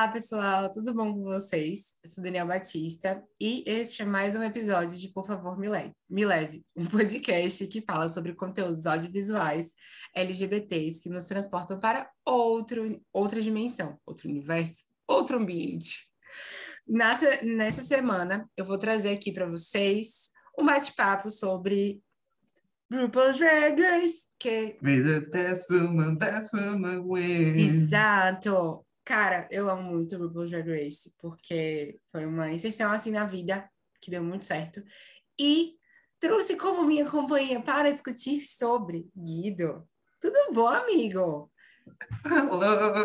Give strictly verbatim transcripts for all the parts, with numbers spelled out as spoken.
Olá, pessoal, tudo bom com vocês? Eu sou Daniel Batista e este é mais um episódio de Por Favor, Me Leve, Me Leve, um podcast que fala sobre conteúdos audiovisuais L G B T s que nos transportam para outro, outra dimensão, outro universo, outro ambiente. Nessa, nessa semana, eu vou trazer aqui para vocês um bate-papo sobre RuPaul's Drag Race, que... May the best woman, best woman win. Exato! Cara, eu amo muito RuPaul's Drag Race, porque foi uma inserção assim na vida que deu muito certo. E trouxe como minha companhia para discutir sobre Guido. Tudo bom, amigo? Hello.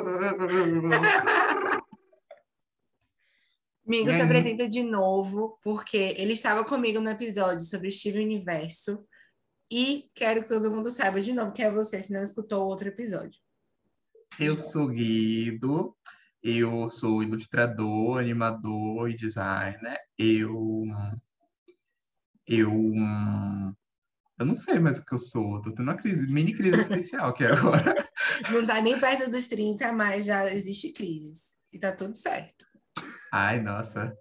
Amigo, se Hum, apresenta de novo, porque ele estava comigo no episódio sobre o Steven Universo. E quero que todo mundo saiba de novo que é você, se não escutou o outro episódio. Eu sou Guido, eu sou ilustrador, animador e designer. Eu, eu, eu não sei mais o que eu sou. Tô tendo uma crise, mini crise existencial aqui agora. Não tá nem perto dos trinta, mas já existe crises. E tá tudo certo. Ai, nossa.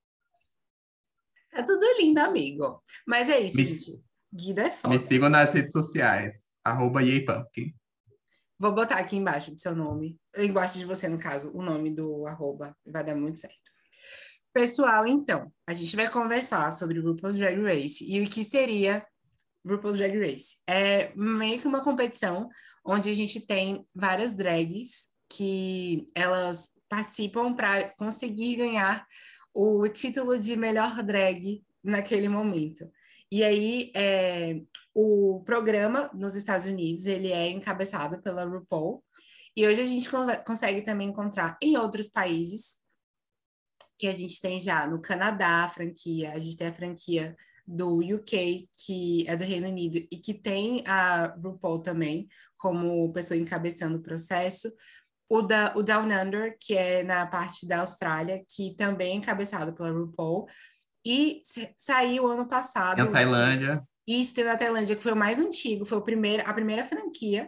Tá tudo lindo, amigo. Mas é isso, Me, gente. Guido é me foda. sigam nas redes sociais, arroba yaypumpkin. Vou botar aqui embaixo do seu nome, embaixo de você, no caso, o nome do arroba. Vai dar muito certo. Pessoal, então, a gente vai conversar sobre o RuPaul's Drag Race e o que seria RuPaul's Drag Race. É meio que uma competição onde a gente tem várias drags que elas participam para conseguir ganhar o título de melhor drag naquele momento. E aí, é, o programa nos Estados Unidos, ele é encabeçado pela RuPaul, e hoje a gente con consegue também encontrar em outros países, que a gente tem já no Canadá a franquia, a gente tem a franquia do U K, que é do Reino Unido, e que tem a RuPaul também, como pessoa encabeçando o processo. O, da, o Down Under, que é na parte da Austrália, que também é encabeçado pela RuPaul. E saiu ano Tem a passado, Tailândia. isso tem na Tailândia, que foi o mais antigo, foi o primeiro, a primeira franquia.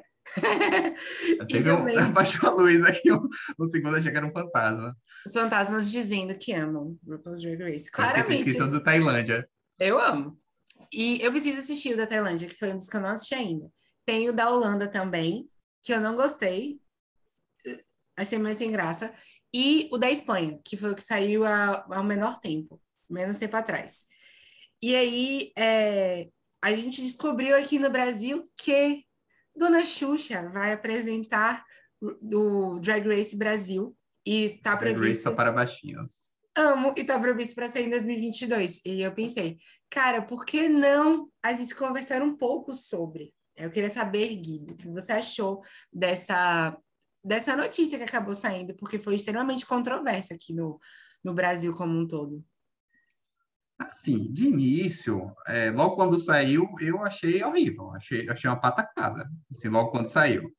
E Teve um, também abaixou a luz aqui, o, o segundo achei que era um fantasma. os fantasmas dizendo que amam RuPaul's Drag Race. É porque vocês esqueceram Claramente, do Tailândia. eu amo. E eu preciso assistir o da Tailândia, que foi um dos que eu não assisti ainda. Tem o da Holanda também, que eu não gostei, achei meio sem graça. E o da Espanha, que foi o que saiu há, há um menor tempo, menos tempo atrás. E aí, é, a gente descobriu aqui no Brasil que Dona Xuxa vai apresentar do Drag Race Brasil e tá Drag Race previsto, só para baixinhos. amo, e tá previsto para sair em dois mil e vinte e dois. E eu pensei, cara, por que não a gente conversar um pouco sobre? Eu queria saber, Guido, o que você achou dessa, dessa notícia que acabou saindo, porque foi extremamente controversa aqui no, no Brasil como um todo. Assim, de início, é, logo quando saiu, eu achei horrível. Achei, achei uma patacada. Assim, logo quando saiu.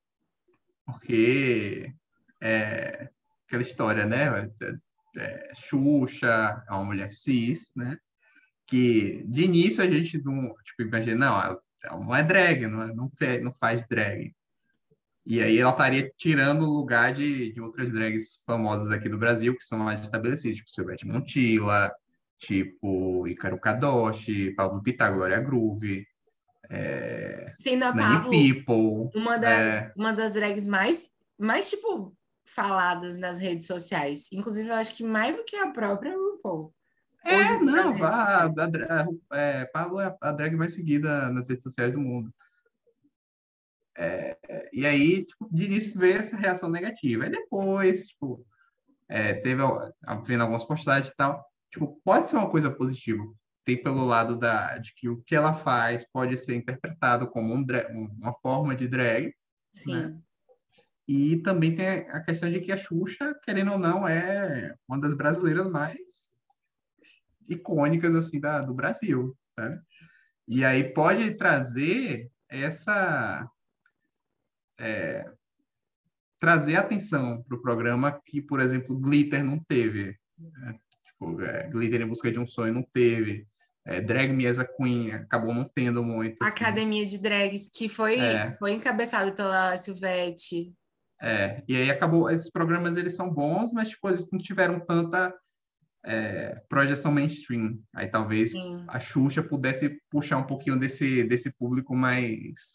Porque é aquela história, né? É, é, Xuxa é uma mulher cis, né? Que de início a gente não, tipo, imagina, não, ela, ela não é drag, não, é- não, fe, não faz drag. E aí ela estaria tirando o lugar de, de outras drags famosas aqui do Brasil, que são mais estabelecidas, tipo Silvete Montilla, tipo Ícaro Kadoshi, Pablo Vittar, Glória Groove, Sendo a Nani Pablo People, uma das, é, uma das drags mais, mais, tipo, faladas nas redes sociais. Inclusive, eu acho que mais do que a própria RuPaul. é, Hoje, nas não, redes a, a, sociais. a, é, Pablo é a drag mais seguida nas redes sociais do mundo. E aí, tipo, de início veio essa reação negativa. Aí depois, tipo, é, teve al- vendo algumas postagens e tal, tipo, pode ser uma coisa positiva. Tem pelo lado da, de que o que ela faz pode ser interpretado como um dra- um- uma forma de drag, né? Sim. E também tem a questão de que a Xuxa, querendo ou não, é uma das brasileiras mais icônicas, assim, da, do Brasil, sabe? E aí pode trazer essa trazer atenção para o programa que, por exemplo, Glitter não teve. Né? Tipo, é, Glitter em Busca de um Sonho não teve. É, Drag Me as a Queen acabou não tendo muito, assim. Academia de Drags, que foi, É, foi encabeçado pela Silvete. É, e aí acabou, esses programas eles são bons, mas tipo, eles não tiveram tanta é, projeção mainstream. Aí talvez Sim. a Xuxa pudesse puxar um pouquinho desse, desse público mais,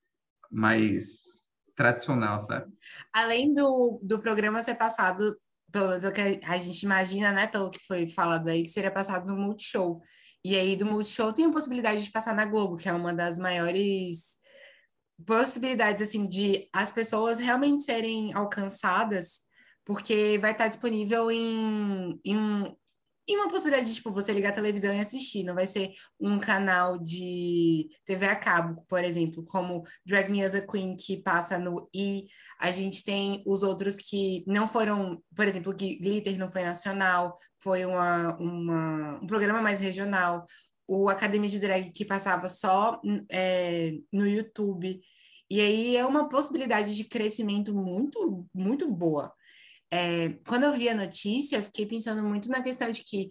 mais tradicional, sabe? Além do, do programa ser passado, pelo menos é o que a a gente imagina, né, pelo que foi falado aí, que seria passado no Multishow. E aí do Multishow tem a possibilidade de passar na Globo, que é uma das maiores possibilidades, assim, de as pessoas realmente serem alcançadas, porque vai estar disponível em, em um e uma possibilidade de, tipo, você ligar a televisão e assistir, não vai ser um canal de T V a cabo, por exemplo, como Drag Me as a Queen, que passa no I. A gente tem os outros que não foram, por exemplo, Gl- Glitter não foi nacional, foi uma, uma, um programa mais regional. O Academia de Drag, que passava só é, no YouTube. E aí é uma possibilidade de crescimento muito, muito boa. É, quando eu vi a notícia, eu fiquei pensando muito na questão de que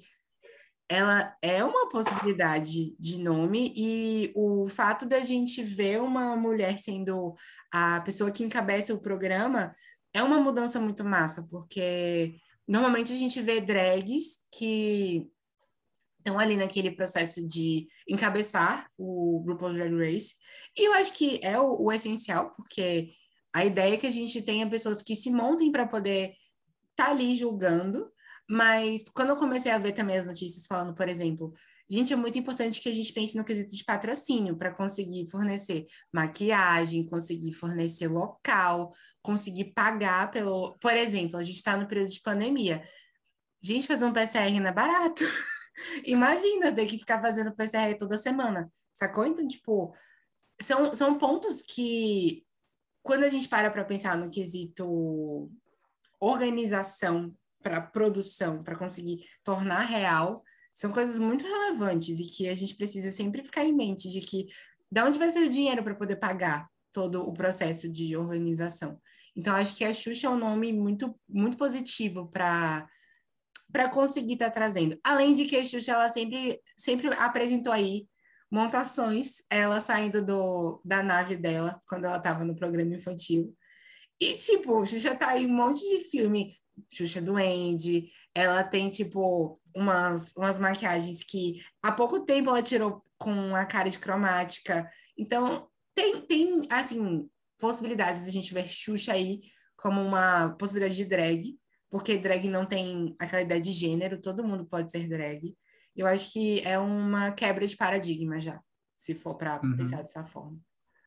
ela é uma possibilidade de nome e o fato da gente ver uma mulher sendo a pessoa que encabeça o programa é uma mudança muito massa, porque normalmente a gente vê drags que estão ali naquele processo de encabeçar o RuPaul's Drag Race, e eu acho que é o, o essencial, porque a ideia é que a gente tenha pessoas que se montem para poder tá ali julgando, mas quando eu comecei a ver também as notícias falando, por exemplo, gente, é muito importante que a gente pense no quesito de patrocínio para conseguir fornecer maquiagem, conseguir fornecer local, conseguir pagar pelo. Por exemplo, a gente está no período de pandemia. Gente, fazer um P C R não é barato. Imagina ter que ficar fazendo P C R toda semana, sacou? Então, tipo, são, são pontos que, quando a gente para para pensar no quesito organização para produção, para conseguir tornar real, são coisas muito relevantes e que a gente precisa sempre ficar em mente de que de onde vai ser o dinheiro para poder pagar todo o processo de organização. Então, acho que a Xuxa é um nome muito, muito positivo para para conseguir estar tá trazendo. Além de que a Xuxa ela sempre, sempre apresentou aí montações, ela saindo do, da nave dela quando ela estava no programa infantil. E, tipo, Xuxa tá em um monte de filme. Xuxa Duende, ela tem, tipo, umas, umas maquiagens que há pouco tempo ela tirou com a cara de cromática. Então, tem, tem assim, possibilidades de a gente ver Xuxa aí como uma possibilidade de drag, porque drag não tem aquela ideia de gênero, todo mundo pode ser drag. Eu acho que é uma quebra de paradigma já, se for para pensar Uhum. dessa forma.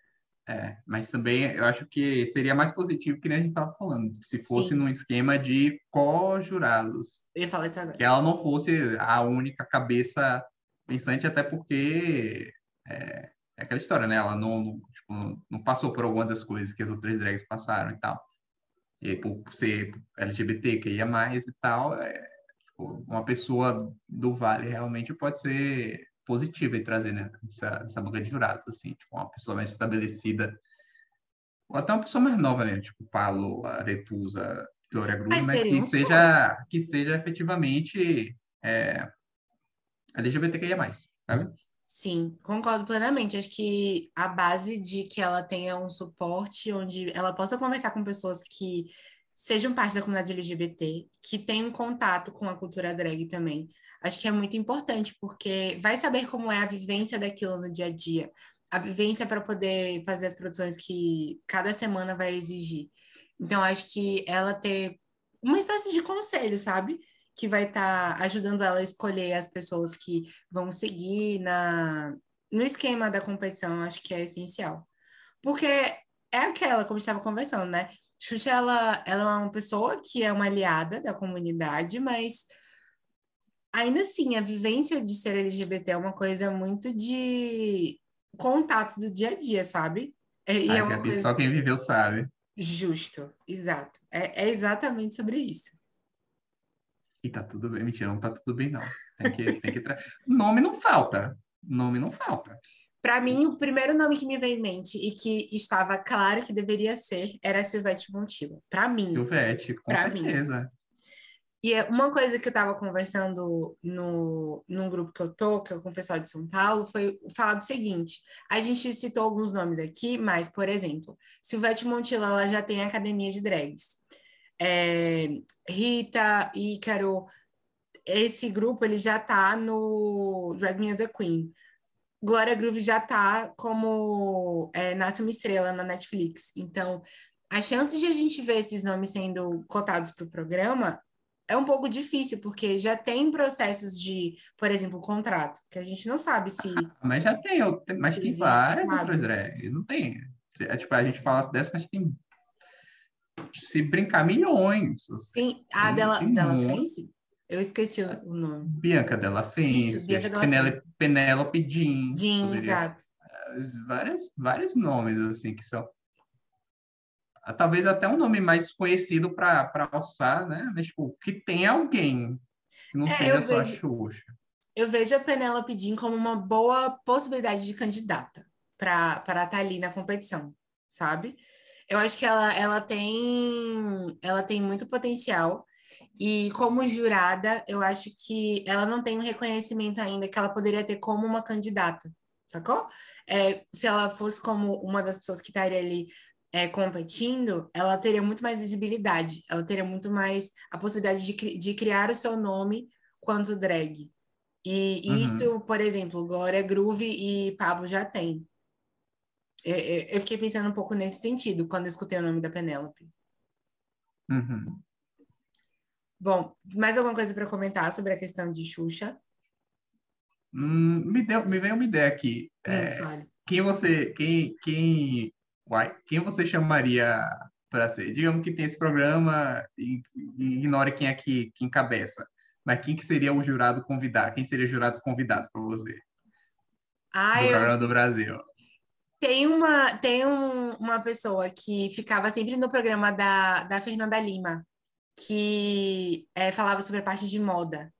É, mas também eu acho que seria mais positivo que nem a gente estava falando, se fosse num Sim, esquema de co-jurados, eu ia falar isso que agora. ela não fosse a única cabeça pensante, até porque é, é aquela história, né? Ela não, não, tipo, não passou por alguma das coisas que as outras drags passaram e tal. E aí, por ser L G B T, que ia mais e tal, é, tipo, uma pessoa do Vale realmente pode ser positiva e trazer, né, essa, essa banca de jurados, assim, tipo, uma pessoa mais estabelecida, ou até uma pessoa mais nova, né, tipo Paulo, Aretusa, Glória Groove, Mas mas seria que um sonho. seja, que seja efetivamente é, LGBTQIA+, sabe? Sim, concordo plenamente. Acho que a base de que ela tenha um suporte onde ela possa conversar com pessoas que sejam parte da comunidade L G B T, que tenham contato com a cultura drag também. Acho que é muito importante, porque vai saber como é a vivência daquilo no dia a dia, a vivência para poder fazer as produções que cada semana vai exigir. Então, acho que ela ter uma espécie de conselho, sabe? Que vai estar ajudando ela a escolher as pessoas que vão seguir na, no esquema da competição, eu acho que é essencial. Porque é aquela, como estava conversando, né? Xuxa, ela, ela é uma pessoa que é uma aliada da comunidade, mas ainda assim, a vivência de ser L G B T é uma coisa muito de contato do dia a dia, sabe? É- E A é uma Gabi, só coisa quem viveu sabe. justo, exato. É, é exatamente sobre isso. E tá tudo bem, mentira, não tá tudo bem, não. Tem que, tem que tra... Nome não falta. Nome não falta. Para mim, o primeiro nome que me veio em mente e que estava claro que deveria ser era Silvete Montilla. Para mim, Silvete, com para mim. certeza. E é uma coisa que eu estava conversando no, num grupo que eu tô, que é com o pessoal de São Paulo, foi falar do seguinte: a gente citou alguns nomes aqui, mas, por exemplo, Silvete Montilla, ela já tem a academia de drags. É, Rita, Ícaro, esse grupo ele já tá no Drag Me as a Queen. Glória Groove já tá como é, Nasce uma Estrela na Netflix. Então, a chance de a gente ver esses nomes sendo cotados para o programa é um pouco difícil, porque já tem processos de, por exemplo, contrato, que a gente não sabe se, Mas já tem, eu- tem- mas se tem existe, várias outras sabe? drags. Não tem. É, tipo, a gente fala dessa, mas tem, se brincar, milhões. Assim. Tem a Tem, dela, tem dela muito. Fence, eu esqueci o o nome. Bianca Della Isso, Fence, Bianca acho que Della Fence. Penélope, Penélope Jean, Jean, poderia. exato. Várias, vários nomes, assim, que são. Talvez até um nome mais conhecido para para alçar, né? Mas, tipo, que tem alguém, que não É, seja eu só a vejo, Xuxa. eu vejo a Penélope Jean como uma boa possibilidade de candidata para para estar ali na competição, sabe? Eu acho que ela, ela tem ela tem muito potencial e como jurada, eu acho que ela não tem um reconhecimento ainda que ela poderia ter como uma candidata, sacou? É, se ela fosse como uma das pessoas que estaria ali é, competindo, ela teria muito mais visibilidade, ela teria muito mais a possibilidade de, cri- de criar o seu nome quanto drag. E Uhum, isso, por exemplo, Glória Groove e Pablo já tem. Eu, eu- eu fiquei pensando um pouco nesse sentido quando eu escutei o nome da Penélope. uhum. Bom, mais alguma coisa para comentar sobre a questão de Xuxa? Hum, me deu, me veio uma ideia aqui. Hum, É, fale. quem você, quem, quem, uai, quem você chamaria para ser? Digamos que tem esse programa e, e ignore quem é que, que encabeça. Mas quem que seria o jurado convidado? Quem seria os jurados convidados para você Ah, do eu programa do Brasil? tem uma tem um- uma pessoa que ficava sempre no programa da, da Fernanda Lima, que é, falava sobre a parte de moda.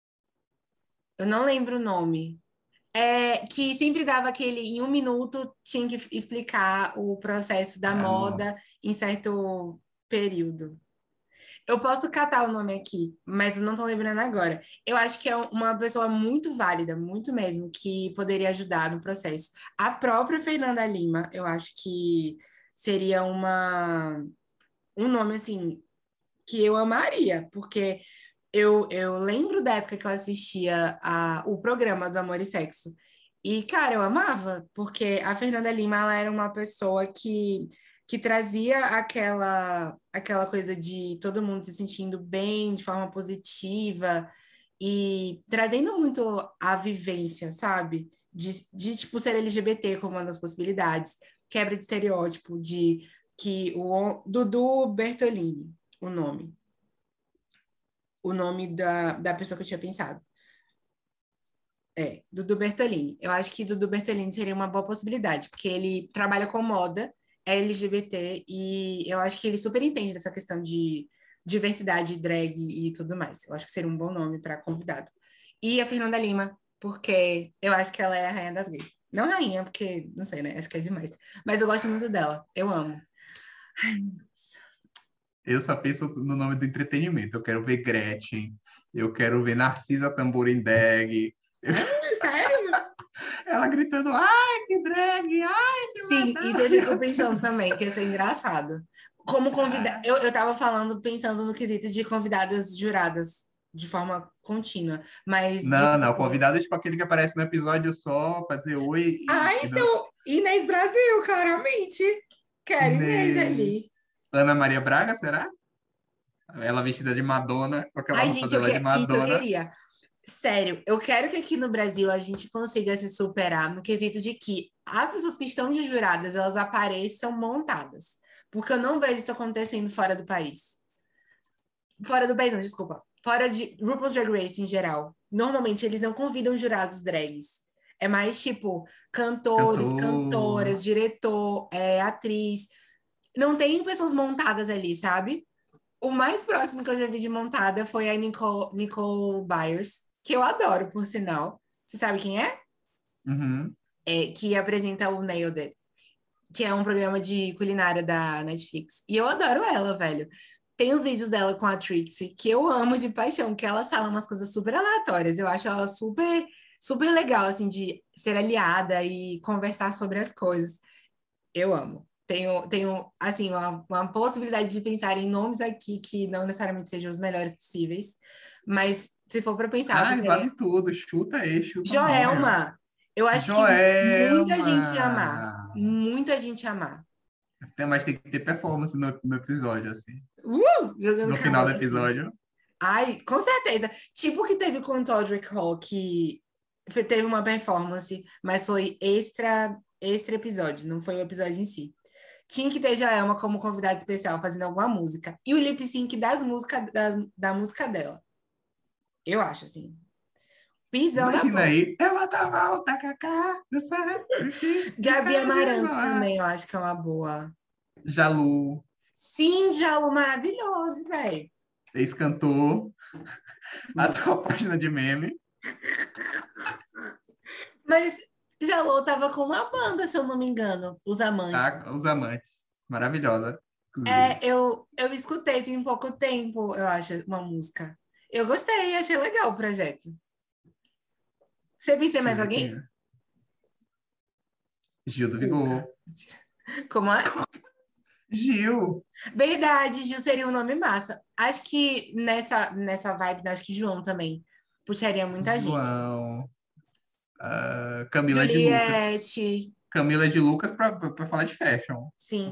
Eu não lembro o nome. É, que sempre dava aquele, em um minuto, tinha que explicar o processo da Ah, não. moda em certo período. Eu posso catar o nome aqui, mas eu não tô lembrando agora. Eu acho que é uma pessoa muito válida, muito mesmo, que poderia ajudar no processo. A própria Fernanda Lima, eu acho que seria uma, um nome, assim, que eu amaria, porque eu, eu lembro da época que eu assistia a, o programa do Amor e Sexo. E, cara, eu amava, porque a Fernanda Lima, ela era uma pessoa que, que trazia aquela, aquela coisa de todo mundo se sentindo bem, de forma positiva, e trazendo muito a vivência, sabe? De, de tipo, ser L G B T como uma das possibilidades, quebra de estereótipo, de que o Dudu Bertolini, o nome o nome da, da pessoa que eu tinha pensado. É, Dudu Bertolini. Eu acho que Dudu Bertolini seria uma boa possibilidade, porque ele trabalha com moda, é L G B T, e eu acho que ele super entende dessa questão de diversidade, drag e tudo mais. Eu acho que seria um bom nome para convidado. E a Fernanda Lima, porque eu acho que ela é a rainha das gays. Não rainha, porque, não sei, né? Acho que é demais. Mas eu gosto muito dela. Eu amo. Ai, Eu só penso no nome do entretenimento. Eu quero ver Gretchen, eu quero ver Narcisa Tamborindeg, eu- ah, sério? ela gritando, ai, que drag, ai, que Sim, isso eu fico maravilha. pensando também, que ia ser engraçado. Como convidar. Ah, Eu, eu tava falando, pensando no quesito de convidadas juradas de forma contínua, mas de não, não, pessoas. convidado é tipo aquele que aparece no episódio só para dizer oi Ah, e, e não- então, Inês Brasil, claramente. Quero Inês Inês. ali. Ana Maria Braga, será? Ela vestida de Madonna, com aquela Ai, roupa gente, eu dela de que... isso eu Madonna. queria. Sério, eu quero que aqui no Brasil a gente consiga se superar no quesito de que as pessoas que estão de juradas, elas apareçam montadas. Porque eu não vejo isso acontecendo fora do país. Fora do país, não, desculpa. Fora de RuPaul's Drag Race em geral. Normalmente eles não convidam jurados drags. É mais tipo cantores, Cantor. cantoras, diretor, é, atriz. Não tem pessoas montadas ali, sabe? O mais próximo que eu já vi de montada foi a Nicole, Nicole Byers, que eu adoro, por sinal. Você sabe quem é? Uhum. É que apresenta o Nailed It, que é um programa de culinária da Netflix. E eu adoro ela, velho. Tem os vídeos dela com a Trixie, que eu amo de paixão, que ela fala umas coisas super aleatórias. Eu acho ela super, super legal, assim, de ser aliada e conversar sobre as coisas. Eu amo. Tenho, tenho assim, uma, uma possibilidade de pensar em nomes aqui que não necessariamente sejam os melhores possíveis, mas se for para pensar, eu Ai, pensaria vale tudo. Chuta aí, chuta o nome, ó. Joelma. Eu acho que muita gente ia amar. Joelma! Muita gente ia amar. Tem, mas tem que ter performance no, no episódio, assim. Uh! Jogando No final do calor, assim. episódio. Ai, com certeza. Tipo o que teve com o Todrick Hall, que fe- teve uma performance, mas foi extra, extra episódio, não foi o episódio em si. Tinha que ter Joelma como convidada especial fazendo alguma música. E o lip sync das músicas, da, da música dela. Eu acho, assim. Pisão da Imagina bola. aí. Eu vou tomar o tacacá, do céu, de Gabi Amarantos Cajamar. também, eu acho que é uma boa. Jalu, Sim, Jalo, maravilhoso, velho. ex-cantor, a tua página de meme. Mas Jalo tava com uma banda, se eu não me engano, Os Amantes. Tá? Os Amantes. Maravilhosa, inclusive. É, eu, eu escutei tem pouco tempo, eu acho, uma música. Eu gostei, achei legal o projeto. Você pensa em Deixa eu mais ver quem alguém? é. Gil do Cuca. Vigor. Como é? Gil. Verdade, Gil seria um nome massa. Acho que nessa, nessa vibe, acho que João também puxaria muita gente. João. ah, Camila de Lucas. Juliette, Camila de Lucas pra, pra, pra falar de fashion. sim,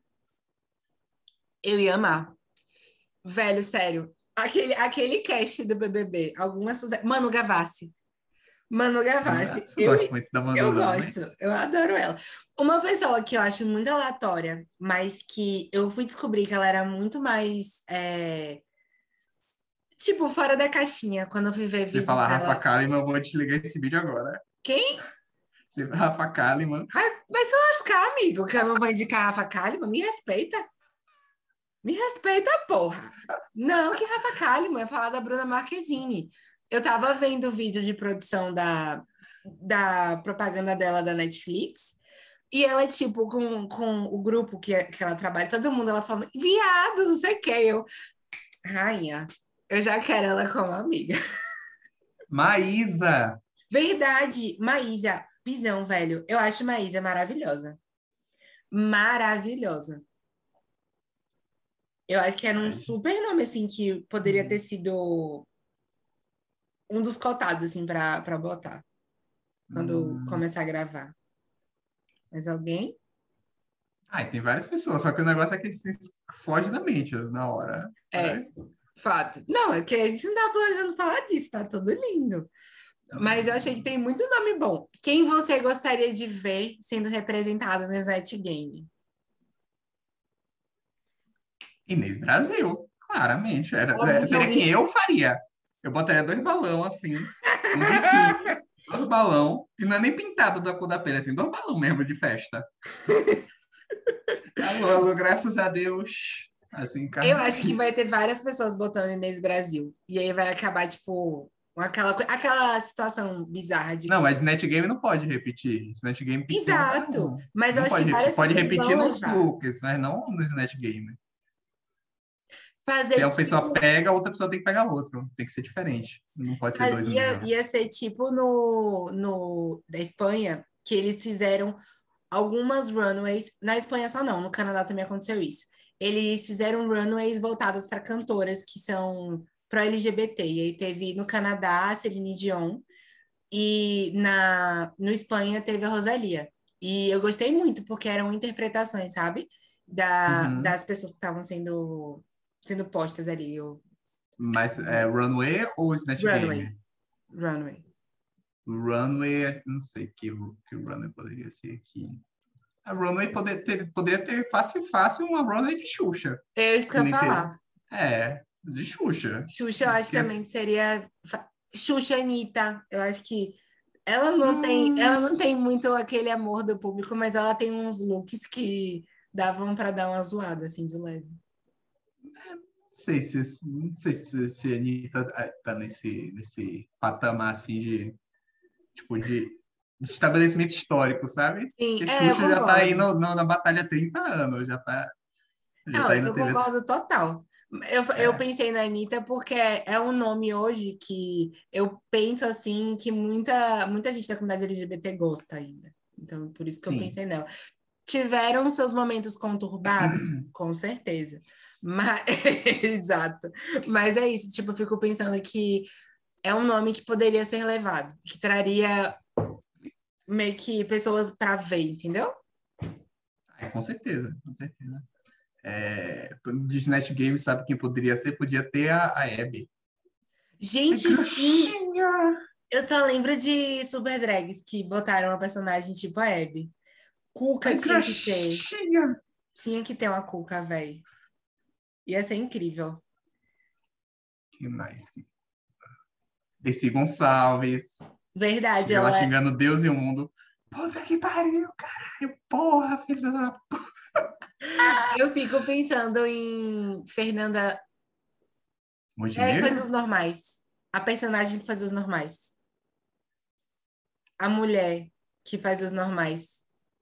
eu ia amar. Velho, sério. Aquele, aquele cast do B B B, algumas coisas. Manu Gavassi. Manu Mano, Gavassi, eu eu, gosto muito da Manu, eu não, gosto, mas. eu adoro ela. Uma pessoa que eu acho muito aleatória, mas que eu fui descobrir que ela era muito mais, é, tipo, fora da caixinha, quando eu fui ver Você vídeos fala Rafa dela. Kalimann, eu vou desligar esse vídeo agora. Quem? Você Rafa Kalimann. Vai, vai se lascar, amigo, que eu não vou indicar a Rafa Kalimann. Me respeita. Me respeita, porra. Não, que Rafa Kalimann, é falar da Bruna Marquezine. Eu tava vendo o vídeo de produção da, da propaganda dela da Netflix, e ela, tipo, com, com o grupo que, que ela trabalha, todo mundo, ela falando, viado, não sei o que. Eu, rainha, eu já quero ela como amiga. Maísa. Verdade, Maísa, pisão, velho. Eu acho Maísa maravilhosa. Maravilhosa. Eu acho que era um Ai, super nome, assim, que poderia ter sido um dos cotados, assim, pra, pra botar, quando hum. começar a gravar. Mas alguém? Ai, tem várias pessoas, só que o negócio é que você foge da mente na hora. É, Ai, fato. Não, é que a gente não tá planejando falar disso, tá tudo lindo. Mas eu achei que tem muito nome bom. Quem você gostaria de ver sendo representado no Snatch Game? Inês Brasil, claramente. Era, é, Óbvio que seria quem alguém. eu faria. Eu botaria dois balão assim, um biquíni, dois balão, e não é nem pintado da cor da pele, assim, dois balão mesmo de festa. Alô, alô, graças a Deus. Assim, Eu cara. acho que vai ter várias pessoas botando Inês Brasil. E aí vai acabar, tipo, com aquela, coi- aquela situação bizarra de Não, que. mas Snatch Game não pode repetir. Snatch Game tem que ter um para Exato! um. Mas eu Não acho que pode repetir. várias Pode pessoas repetir vão nos levar. looks, mas não no Snatch Game. Se Fazer uma pessoa tipo. pega, a outra pessoa tem que pegar outro. Tem que ser diferente. Não pode ser Faz- dois no Ia, mesmo. ia ser tipo no, no da Espanha, que eles fizeram algumas runways. Na Espanha só não, no Canadá também aconteceu isso. Eles fizeram runways voltadas para cantoras que são pró-L G B T. E aí teve no Canadá a Celine Dion e na no Espanha teve a Rosalía. E eu gostei muito, porque eram interpretações, sabe? Da, Uhum. das pessoas que estavam sendo, sendo postas ali. O Mas é Runway ou Snatch runway, Game? runway. Runway, não sei que, que Runway poderia ser aqui. A Runway poder ter, poderia ter fácil e fácil uma Runway de Xuxa. É isso que Que eu ia nem teve. falar. É, de Xuxa. Xuxa, eu acho Que também assim, que seria fa- Xuxa Anitta. Eu acho que ela não tem, ela hum, não tem muito aquele amor do público, mas ela tem uns looks que davam para dar uma zoada assim de leve. não sei se, não sei se, se a Anitta tá tá nesse, nesse patamar assim de, tipo, de, de estabelecimento histórico, sabe? Sim, Porque é, eu Xuxa já tá aí concordo. no, no- na batalha há trinta anos, já tá, já Não, tá aí isso na eu T V. concordo total. Eu, eu É, pensei na Anitta porque é um nome hoje que eu penso assim que muita, muita gente da comunidade L G B T gosta ainda. Então, por isso que eu sim. pensei nela. Tiveram seus momentos conturbados? Com certeza. Mas, exato. Mas é isso, tipo, eu fico pensando que é um nome que poderia ser levado, que traria meio que pessoas para ver, entendeu? É, com certeza, com certeza. É, de Snatch Game, sabe quem poderia ser? Podia ter a, a Abby. Ai, Gente, sim, trouxinha! eu só lembro de Super Drags que botaram uma personagem tipo a Abby. Cuca Ai, tinha que ter. trouxinha! Tinha que ter uma Cuca, velho. Ia ser incrível. Que mais? Desi Gonçalves. Verdade, Chega lá ela. xingando Deus e o mundo. Puta que pariu, caralho! Porra, filho da... Eu fico pensando em Fernanda. É, que faz Montenegro? os normais. A personagem que faz os normais. A mulher que faz os normais.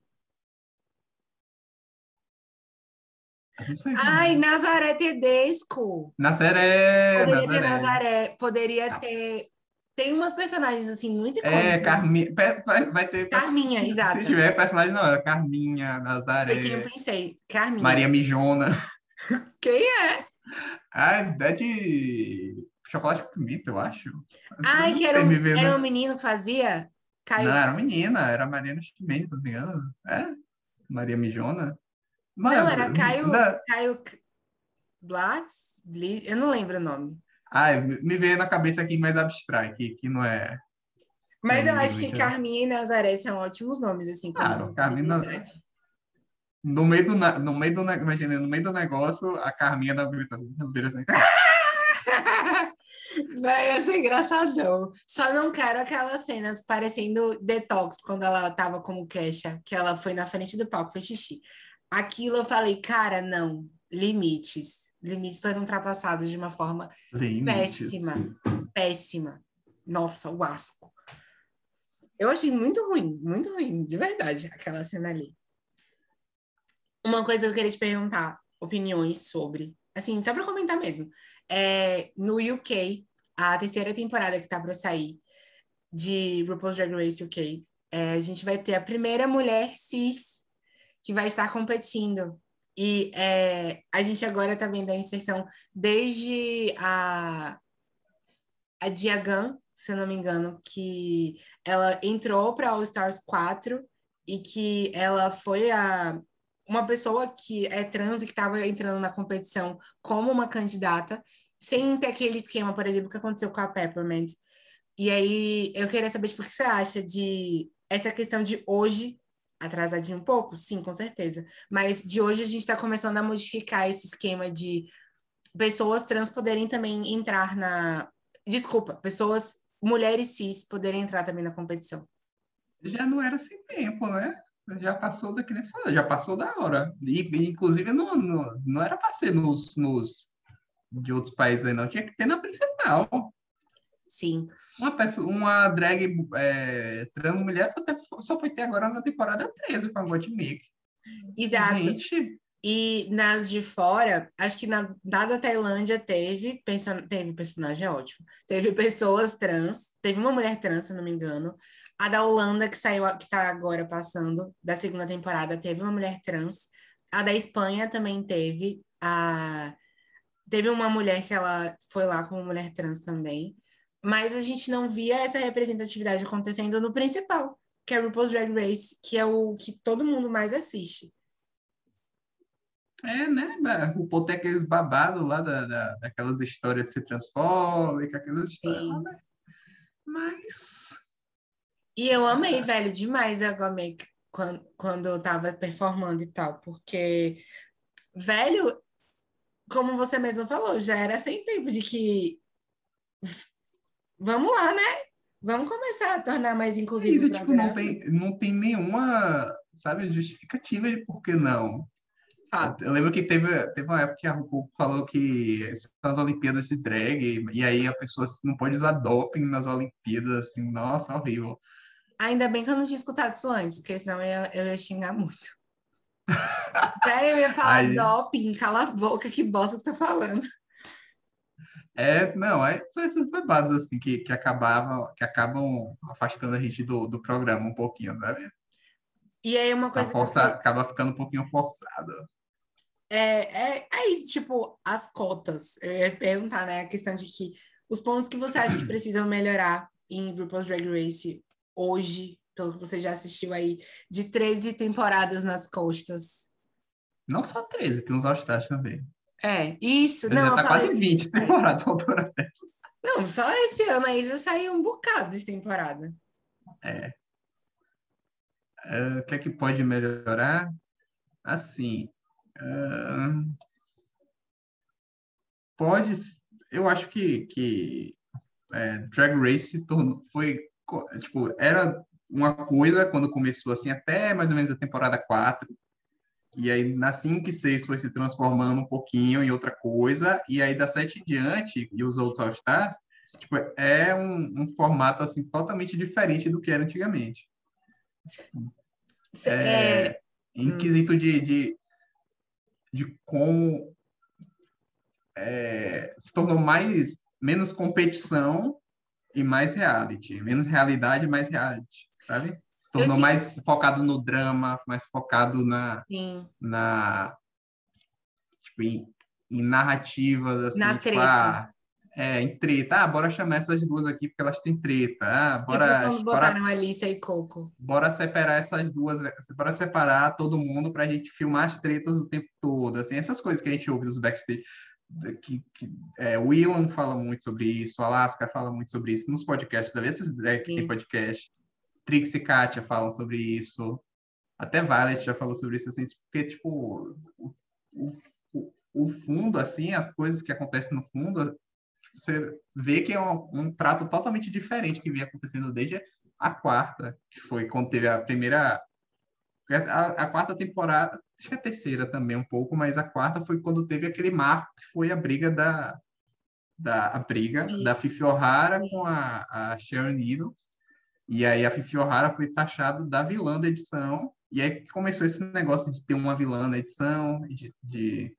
Eu não sei quem Ai, é. Nazaré Tedesco. Nazaré, Poderia ter Nazaré. Nazaré. Poderia ter. Tem umas personagens assim muito É, icônicas. Carminha. Vai, vai ter. Carminha, Se, se exata. tiver personagem, não. É Carminha, Foi quem eu Nazaré, pensei. Carminha. Maria Mijona. Quem é? Ah, é de chocolate com pimenta, eu acho. Eu Ai, não que era sei um, me ver, era um né? menino que fazia. Não, Caio. era menina, era Mariana Chimenez, se não me engano. É? Maria Mijona? Não, era Mano, Caio. da... Caio Blatz? Bli- Eu não lembro o nome. Ai, me veio na cabeça aqui mais abstrato, que, que não é, não é Mas eu acho que Individual. Carminha e Nazaré são ótimos nomes, assim, como Claro, Carmina, possibilidade. no meio do, na- no meio do, ne- imagina, no meio do negócio, a Carminha da Brita, vira assim, Vai ia ser engraçadão. Só não quero aquelas cenas parecendo Detox, quando ela tava como Kesha, que ela foi na frente do palco, fez xixi. Aquilo eu falei, cara, não. Limites. Limites foram ultrapassados de uma forma limites. péssima. Péssima. Nossa, o asco. Eu achei muito ruim, muito ruim, de verdade, aquela cena ali. Uma coisa que eu queria te perguntar, opiniões sobre, assim, só para comentar mesmo. É, no U K, a terceira temporada que tá para sair de RuPaul's Drag Race U K, é, a gente vai ter a primeira mulher cis que vai estar competindo. E é, a gente agora tá vendo a inserção desde a, a Diagan, se eu não me engano, que ela entrou para All Stars quatro e que ela foi a uma pessoa que é trans e que estava entrando na competição como uma candidata, sem ter aquele esquema, por exemplo, que aconteceu com a Peppermint. E aí eu queria saber tipo, o que você acha de essa questão de hoje, atrasadinho um pouco? Sim, com certeza. Mas de hoje a gente está começando a modificar esse esquema de pessoas trans poderem também entrar na. Desculpa, pessoas, mulheres cis poderem entrar também na competição. Já não era sem tempo, né? Já passou daqui nesse falou, já passou da hora. E, e, inclusive, não, não, não era para ser nos, nos de outros países aí, não. Tinha que ter na principal. Sim, Uma, pessoa, uma drag é, trans mulher só, teve- só foi ter agora na temporada treze com a Gottmik. exato. Gente, E nas de fora, acho que na, na da Tailândia teve, person, teve personagem é ótimo. Teve pessoas trans, teve uma mulher trans, se eu não me engano. A da Holanda, que saiu, que tá agora passando, da segunda temporada, teve uma mulher trans. A da Espanha também teve. A, teve uma mulher que ela foi lá como mulher trans também. Mas a gente não via essa representatividade acontecendo no principal, que é o RuPaul's Drag Race, que é o que todo mundo mais assiste. é, né? O povo tem aqueles babados lá da, da, daquelas histórias de ser transfóbica, aquelas histórias lá, Sim. né? Mas. E eu amei, velho, demais a Gomek quando, quando eu tava performando e tal, porque, velho, como você mesmo falou, já era sem tempo de que vamos lá, né? Vamos começar a tornar mais É inclusivo o isso, tipo, não programa. tem, não tem nenhuma, sabe, justificativa de por que não. Fato. Eu lembro que teve, teve uma época que a RuPaul falou que são as Olimpíadas de drag, e aí a pessoa assim, não pode usar doping nas Olimpíadas, assim, nossa, horrível. Ainda bem que eu não tinha escutado isso antes, porque senão eu ia, eu ia xingar muito. Daí eu ia falar, Aí, doping, cala a boca, que bosta que você tá falando. é, não, é, são essas bebadas assim que, que acabavam, que acabam afastando a gente do, do programa um pouquinho, sabe? E aí uma Tá coisa que eu força, falei, acaba ficando um pouquinho forçado. é, é, é isso, tipo, as cotas. Eu ia perguntar, né, a questão de que os pontos que você acha que precisam melhorar em RuPaul's Drag Race hoje, pelo que você já assistiu aí, de treze temporadas nas costas. Não só treze, tem uns All-Stars também. É, isso, Já não, eu tá quase falei vinte treze. temporadas autora dessa. Não, só esse ano aí já saiu um bocado de temporada. É, é, o que é que pode melhorar? Assim, ah, pode, eu acho que, que é, Drag Race se tornou, foi, co- tipo, era uma coisa quando começou, assim, até mais ou menos a temporada quatro. E aí, na cinco e seis foi se transformando um pouquinho em outra coisa. E aí, da sete em diante, e os outros All-Stars, tipo, é um, um formato, assim, totalmente diferente do que era antigamente. Cê- É, É, em hum, quesito de, de, de como é, se tornou mais, menos competição e mais reality. Menos realidade e mais reality, sabe? Se eu tornou sim, mais focado no drama, mais focado na, sim, na tipo, em, em narrativas, na assim, tipo, treta. ah, é, em treta. Ah, bora chamar essas duas aqui porque elas têm treta. Ah, Tipo bora, quando bora, botaram Alicia e Coco. bora separar essas duas, bora separar todo mundo pra gente filmar as tretas o tempo todo, assim, essas coisas que a gente ouve dos backstage. Que, que é, o Ilan fala muito sobre isso, a Alaska fala muito sobre isso nos podcasts, da vez é, que tem Sim. podcast. Trix e Kátia falam sobre isso. Até Violet já falou sobre isso, assim, porque, tipo, o, o, o fundo, assim, as coisas que acontecem no fundo, tipo, você vê que é um, um trato totalmente diferente que vinha acontecendo desde a quarta, que foi quando teve a primeira. A, a quarta temporada, acho que a terceira também um pouco, mas a quarta foi quando teve aquele marco que foi a briga da, da a briga da De- Fifi O'Hara com a, a Sharon Needles. E aí a Fifi O'Hara foi taxada da vilã da edição. E aí que começou esse negócio de ter uma vilã na edição, de, de,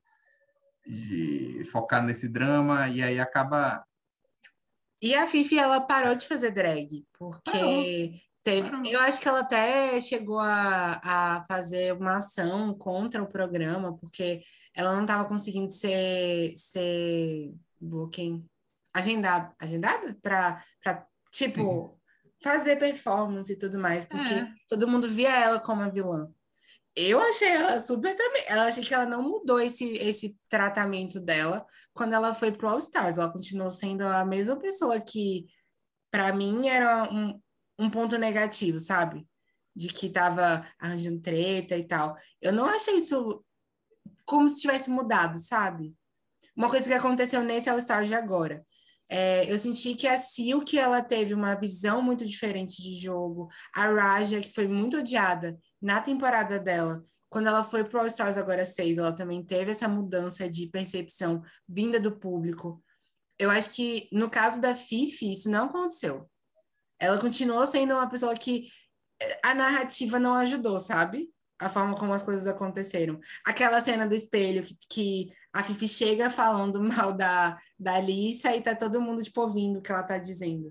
de focar nesse drama, e aí acaba. E a Fifi, ela parou de fazer drag, Parou, porque teve. parou. Eu acho que ela até chegou a, a fazer uma ação contra o programa, porque ela não estava conseguindo ser, ser booking, agendada, agendada? Para, para, Sim. tipo, fazer performance e tudo mais, porque É. todo mundo via ela como a vilã. Eu achei ela super também. Eu achei que ela não mudou esse, esse tratamento dela quando ela foi pro All Stars. Ela continuou sendo a mesma pessoa que, para mim, era um, um ponto negativo, sabe? De que tava arranjando treta e tal. Eu não achei isso como se tivesse mudado, sabe? Uma coisa que aconteceu nesse All Stars de agora. É, eu senti que a Silk, ela teve uma visão muito diferente de jogo. A Raja, que foi muito odiada na temporada dela, quando ela foi pro All Stars agora seis, ela também teve essa mudança de percepção vinda do público. Eu acho que no caso da Fifi, isso não aconteceu. Ela continuou sendo uma pessoa que a narrativa não ajudou, sabe? A forma como as coisas aconteceram. Aquela cena do espelho que, que a Fifi chega falando mal da, da Alissa e tá todo mundo, tipo, ouvindo o que ela tá dizendo.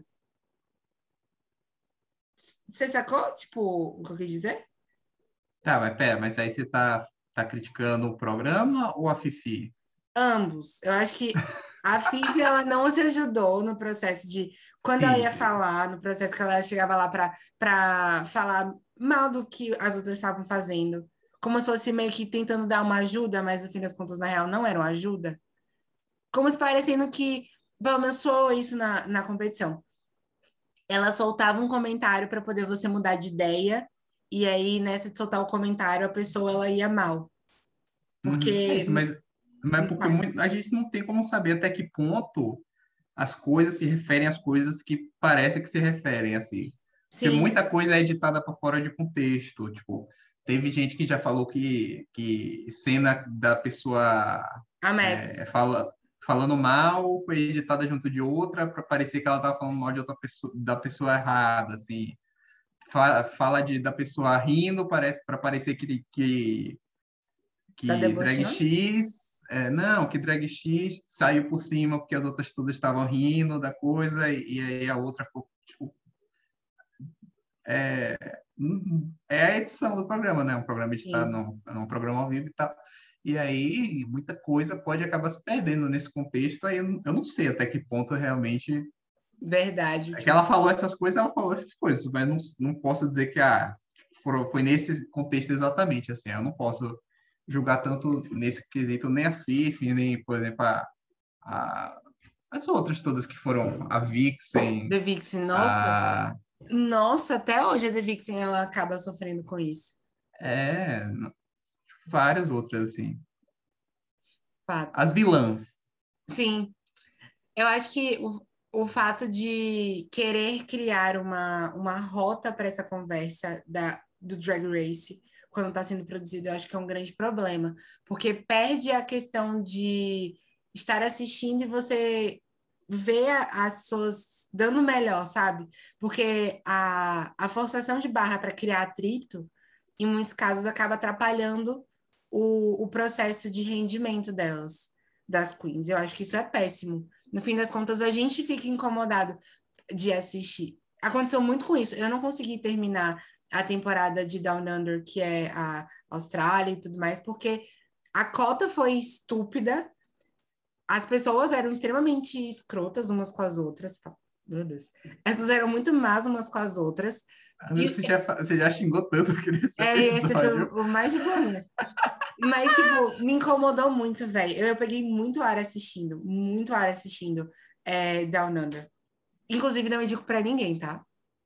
Você sacou, tipo, o que eu quis dizer? Tá, mas pera, mas aí você tá, tá criticando o programa ou a Fifi? Ambos. Eu acho que a Fifi, ela não se ajudou no processo de... Quando ela Sim, ia sim. falar, no processo que ela chegava lá para para falar mal do que as outras estavam fazendo. Como se fosse meio que tentando dar uma ajuda, mas no fim das contas, na real, não era uma ajuda. Como se parecendo que, pelo menos soou isso na, na competição. Ela soltava um comentário para poder você mudar de ideia, e aí, nessa de soltar o comentário, a pessoa ela ia mal. Uhum, é Porque. isso, mas, mas porque Vai. muito, a gente não tem como saber até que ponto as coisas se referem às coisas que parece que se referem, assim. Porque Sim, muita coisa é editada para fora de contexto. Tipo, teve gente que já falou que, que cena da pessoa a é, Max. fala, falando mal foi editada junto de outra para parecer que ela estava falando mal de outra pessoa, da pessoa errada, assim. Fala, fala de, da pessoa rindo, parece para parecer que, que Tá que drag debochando? X, é, não, que drag X saiu por cima porque as outras todas estavam rindo da coisa e, e aí a outra ficou, tipo, é, é a edição do programa, né? Um programa editado, Sim, não, não um programa ao vivo e tal. E aí muita coisa pode acabar se perdendo nesse contexto, aí eu não eu não sei até que ponto realmente verdade. é que ela falou essas coisas, ela falou essas coisas, mas não, não posso dizer que ah, foram, foi nesse contexto exatamente, assim, eu não posso julgar tanto nesse quesito nem a Fifi, nem, por exemplo, a, a- as outras todas que foram a Vixen, The Vixen, nossa, a, nossa, até hoje a The Vixen ela acaba sofrendo com isso. é, várias outras, assim. Fato. As vilãs. Sim, eu acho que o, o fato de querer criar uma, uma rota para essa conversa da, do Drag Race, quando está sendo produzido, eu acho que é um grande problema, porque perde a questão de estar assistindo e você ver a- as pessoas dando o melhor, sabe? Porque a, a forçação de barra para criar atrito, em muitos casos, acaba atrapalhando o, o processo de rendimento delas, das queens. Eu acho que isso é péssimo. No fim das contas, a gente fica incomodado de assistir. Aconteceu muito com isso. Eu não consegui terminar a temporada de Down Under, que é a Austrália e tudo mais, porque a cota foi estúpida, as pessoas eram extremamente escrotas umas com as outras. Meu Deus. Essas eram muito más umas com as outras. E Você já, fa- você já xingou tanto aqui nesse é, esse foi episódio. o, o mais de boinha. Mas, tipo, me incomodou muito, velho. Eu, eu peguei muito ar assistindo, muito ar assistindo é, Down Under. Inclusive, não indico pra ninguém, tá?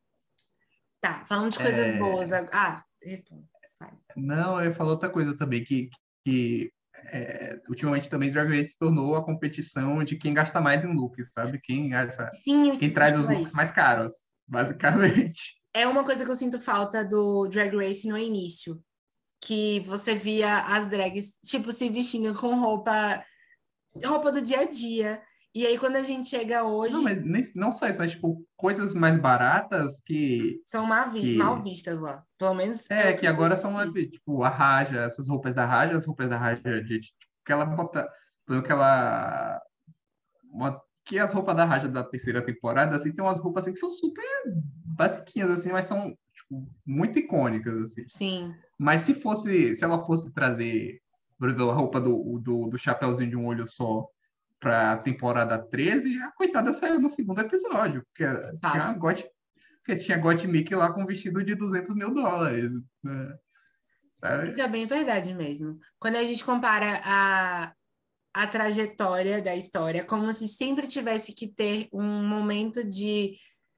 Tá, falando de coisas boas. É, ag- Ah, responda. Vai. não, eu falo outra coisa também, que, que é, ultimamente também Drag Race se tornou a competição de quem gasta mais em looks, sabe? Quem gasta, Sim, eu quem esqueci de traz os falar looks isso. mais caros, basicamente. É uma coisa que eu sinto falta do Drag Race no início. Que você via as drags, tipo, se vestindo com roupa, roupa do dia a dia. E aí, quando a gente chega Não, hoje, mas nem, não só isso, mas tipo, coisas mais baratas que, são mal, vi- mal que vistas lá. Pelo menos é é o que que eu agora são percebi. tipo a Raja, essas roupas da Raja, as roupas da Raja de tipo, que ela bota, por exemplo, que ela uma, que as roupas da Raja da terceira temporada, assim, tem umas roupas assim que são super basiquinhas, assim, mas são tipo, muito icônicas, assim. Sim, Mas se fosse, se ela fosse trazer, por exemplo, a roupa do, do, do Chapeuzinho de um olho só para temporada treze, a coitada saiu no segundo episódio, porque tinha a fato. Got, porque tinha Got Mickey lá com um vestido de duzentos mil dólares, né? Isso Sabe? é bem verdade mesmo. Quando a gente compara a, a trajetória da história, como se sempre tivesse que ter um momento de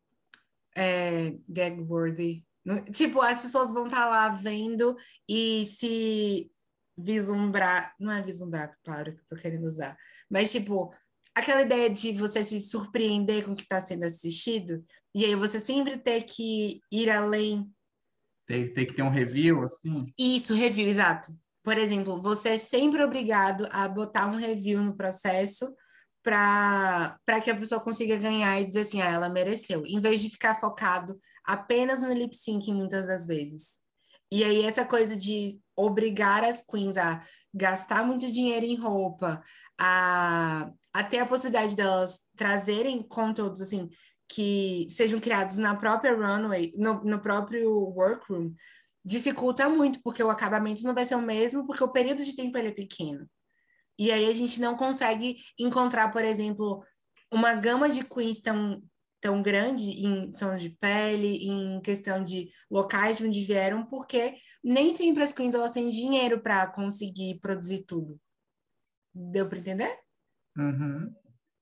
é, gag-worthy. No- Tipo, as pessoas vão estar lá vendo e se vislumbrar. Não é vislumbrar, claro que eu tô querendo usar. Mas, tipo, aquela ideia de você se surpreender com o que está sendo assistido, e aí você sempre ter que ir além. Tem, tem que ter um review, assim. Isso, review, exato. Por exemplo, você é sempre obrigado a botar um review no processo para para que a pessoa consiga ganhar e dizer assim, ah, ela mereceu, em vez de ficar focado apenas no lip sync muitas das vezes. E aí essa coisa de obrigar as queens a gastar muito dinheiro em roupa, a, a ter a possibilidade delas trazerem conteúdos assim que sejam criados na própria runway, no, no próprio workroom, dificulta muito, porque o acabamento não vai ser o mesmo, porque o período de tempo ele é pequeno. E aí a gente não consegue encontrar, por exemplo, uma gama de queens tão, tão grande em tons de pele, em questão de locais de onde vieram, porque nem sempre as queens elas têm dinheiro para conseguir produzir tudo. Deu para entender? Uhum.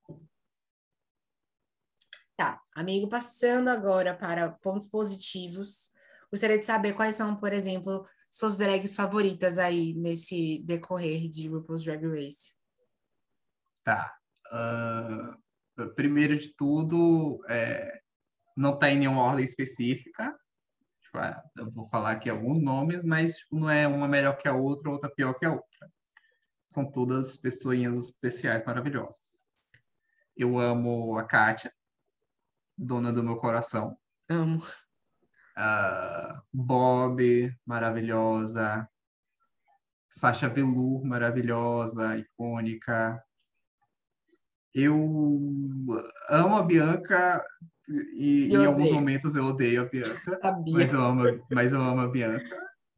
Tá, amigo, passando agora para pontos positivos. Gostaria de saber quais são, por exemplo, suas drags favoritas aí nesse decorrer de RuPaul's Drag Race. Tá. Ah, primeiro de tudo, é, não está em nenhuma ordem específica. Tipo, ah, eu vou falar aqui alguns nomes, mas tipo, não é uma melhor que a outra, outra pior que a outra. São todas pessoinhas especiais, maravilhosas. Eu amo a Kátia, dona do meu coração. Amo. A Bob, maravilhosa. Sasha Velour, maravilhosa, icônica. Eu amo a Bianca E e em alguns odeio. momentos eu odeio a Bianca, mas Sabia. eu amo, mas eu amo a Bianca.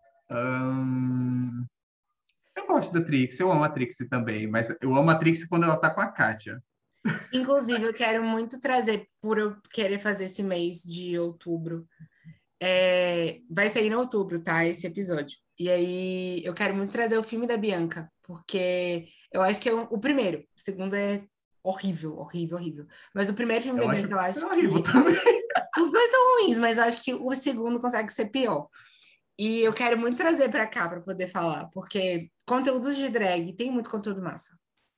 Ahn, eu gosto da Trixie, eu amo a Trixie também, mas eu amo a Trixie quando ela tá com a Kátia. Inclusive, eu quero muito trazer, por eu querer fazer esse mês de outubro. É, vai sair em outubro, tá? Esse episódio. E aí, eu quero muito trazer o filme da Bianca, porque eu acho que é o, o primeiro. O segundo é horrível, horrível, horrível. Mas o primeiro filme da Eu acho Bianca, que eu é acho horrível que. também. Os dois são ruins, mas eu acho que o segundo consegue ser pior. E eu quero muito trazer pra cá pra poder falar, porque conteúdos de drag tem muito conteúdo massa.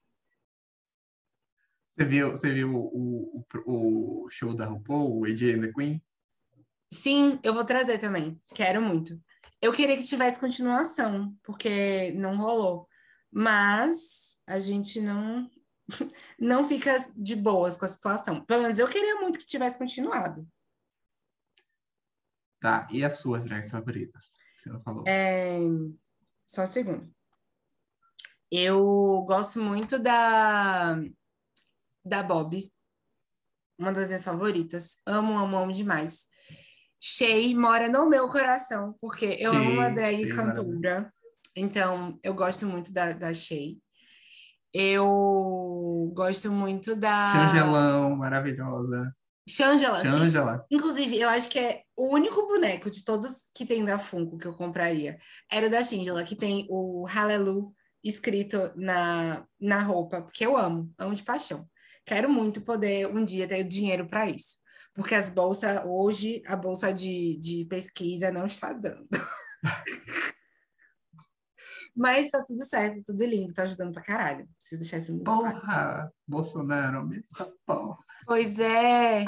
Você viu, você viu o, o, o show da RuPaul, o A J and the Queen? Sim, eu vou trazer também. Quero muito. Eu queria que tivesse continuação, porque não rolou. Mas a gente não não fica de boas com a situação. Pelo menos eu queria muito que tivesse continuado. Tá, e as suas drags favoritas? Você não falou. É, só um segundo. Eu gosto muito da da Bob, uma das minhas favoritas. Amo, amo, amo demais. Shay mora no meu coração, porque eu amo uma Achei, drag achei maravilhoso. cantora. Então, eu gosto muito da, da Shay. Eu gosto muito da Changelão, maravilhosa. Shangela, sim. Shangela. Inclusive, eu acho que é o único boneco de todos que tem da Funko que eu compraria. Era o da Shangela, que tem o Hallelujah escrito na, na roupa, porque eu amo, amo de paixão. Quero muito poder um dia ter dinheiro para isso. Porque as bolsas, hoje, a bolsa de, de pesquisa não está dando. Mas tá tudo certo, tudo lindo, tá ajudando pra caralho. Preciso deixar isso muito claro. Porra, Bolsonaro, aumenta essa porra. Pois é.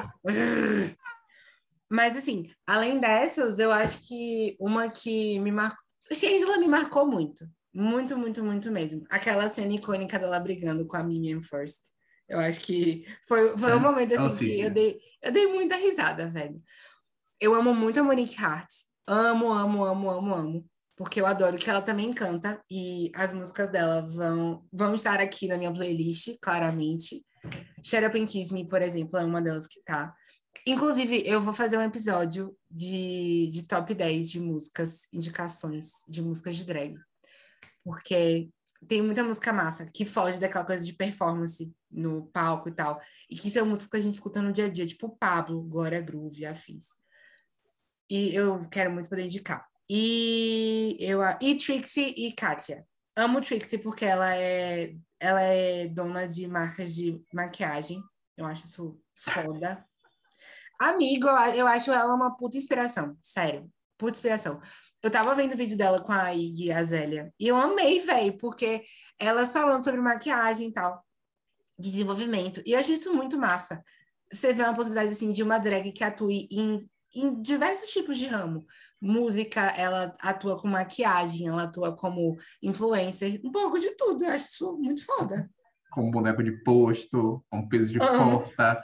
Mas assim, além dessas, eu acho que uma que me marcou. Shangela me marcou muito. Muito, muito, muito mesmo. Aquela cena icônica dela brigando com a Minion First. Eu acho que foi, foi um momento Oh, assim que eu sim. dei, eu dei muita risada, velho. Eu amo muito a Monique Hart. Amo, amo, amo, amo, amo. Porque eu adoro que ela também canta e as músicas dela vão, vão estar aqui na minha playlist, claramente. Shut Up and Kiss Me, por exemplo, é uma delas que tá. Inclusive, eu vou fazer um episódio de, de top dez de músicas, indicações de músicas de drag. Porque tem muita música massa que foge daquela coisa de performance no palco e tal. E que são músicas que a gente escuta no dia a dia, tipo Pablo, Glória Groove e afins. E eu quero muito poder indicar. E eu e Trixie e Katia. Amo Trixie porque ela é ela é dona de marcas de maquiagem. Eu acho isso foda. Amigo, eu acho ela uma puta inspiração, sério. Puta inspiração. Eu tava vendo o vídeo dela com a Iggy e a Zélia. E eu amei, velho, porque elas falando sobre maquiagem e tal, desenvolvimento. E eu achei isso muito massa. Você vê uma possibilidade, assim, de uma drag que atue em, em diversos tipos de ramo. Música, ela atua com maquiagem, ela atua como influencer, um pouco de tudo. Eu acho isso muito foda. Com boneco de posto, com peso de Amo. porta.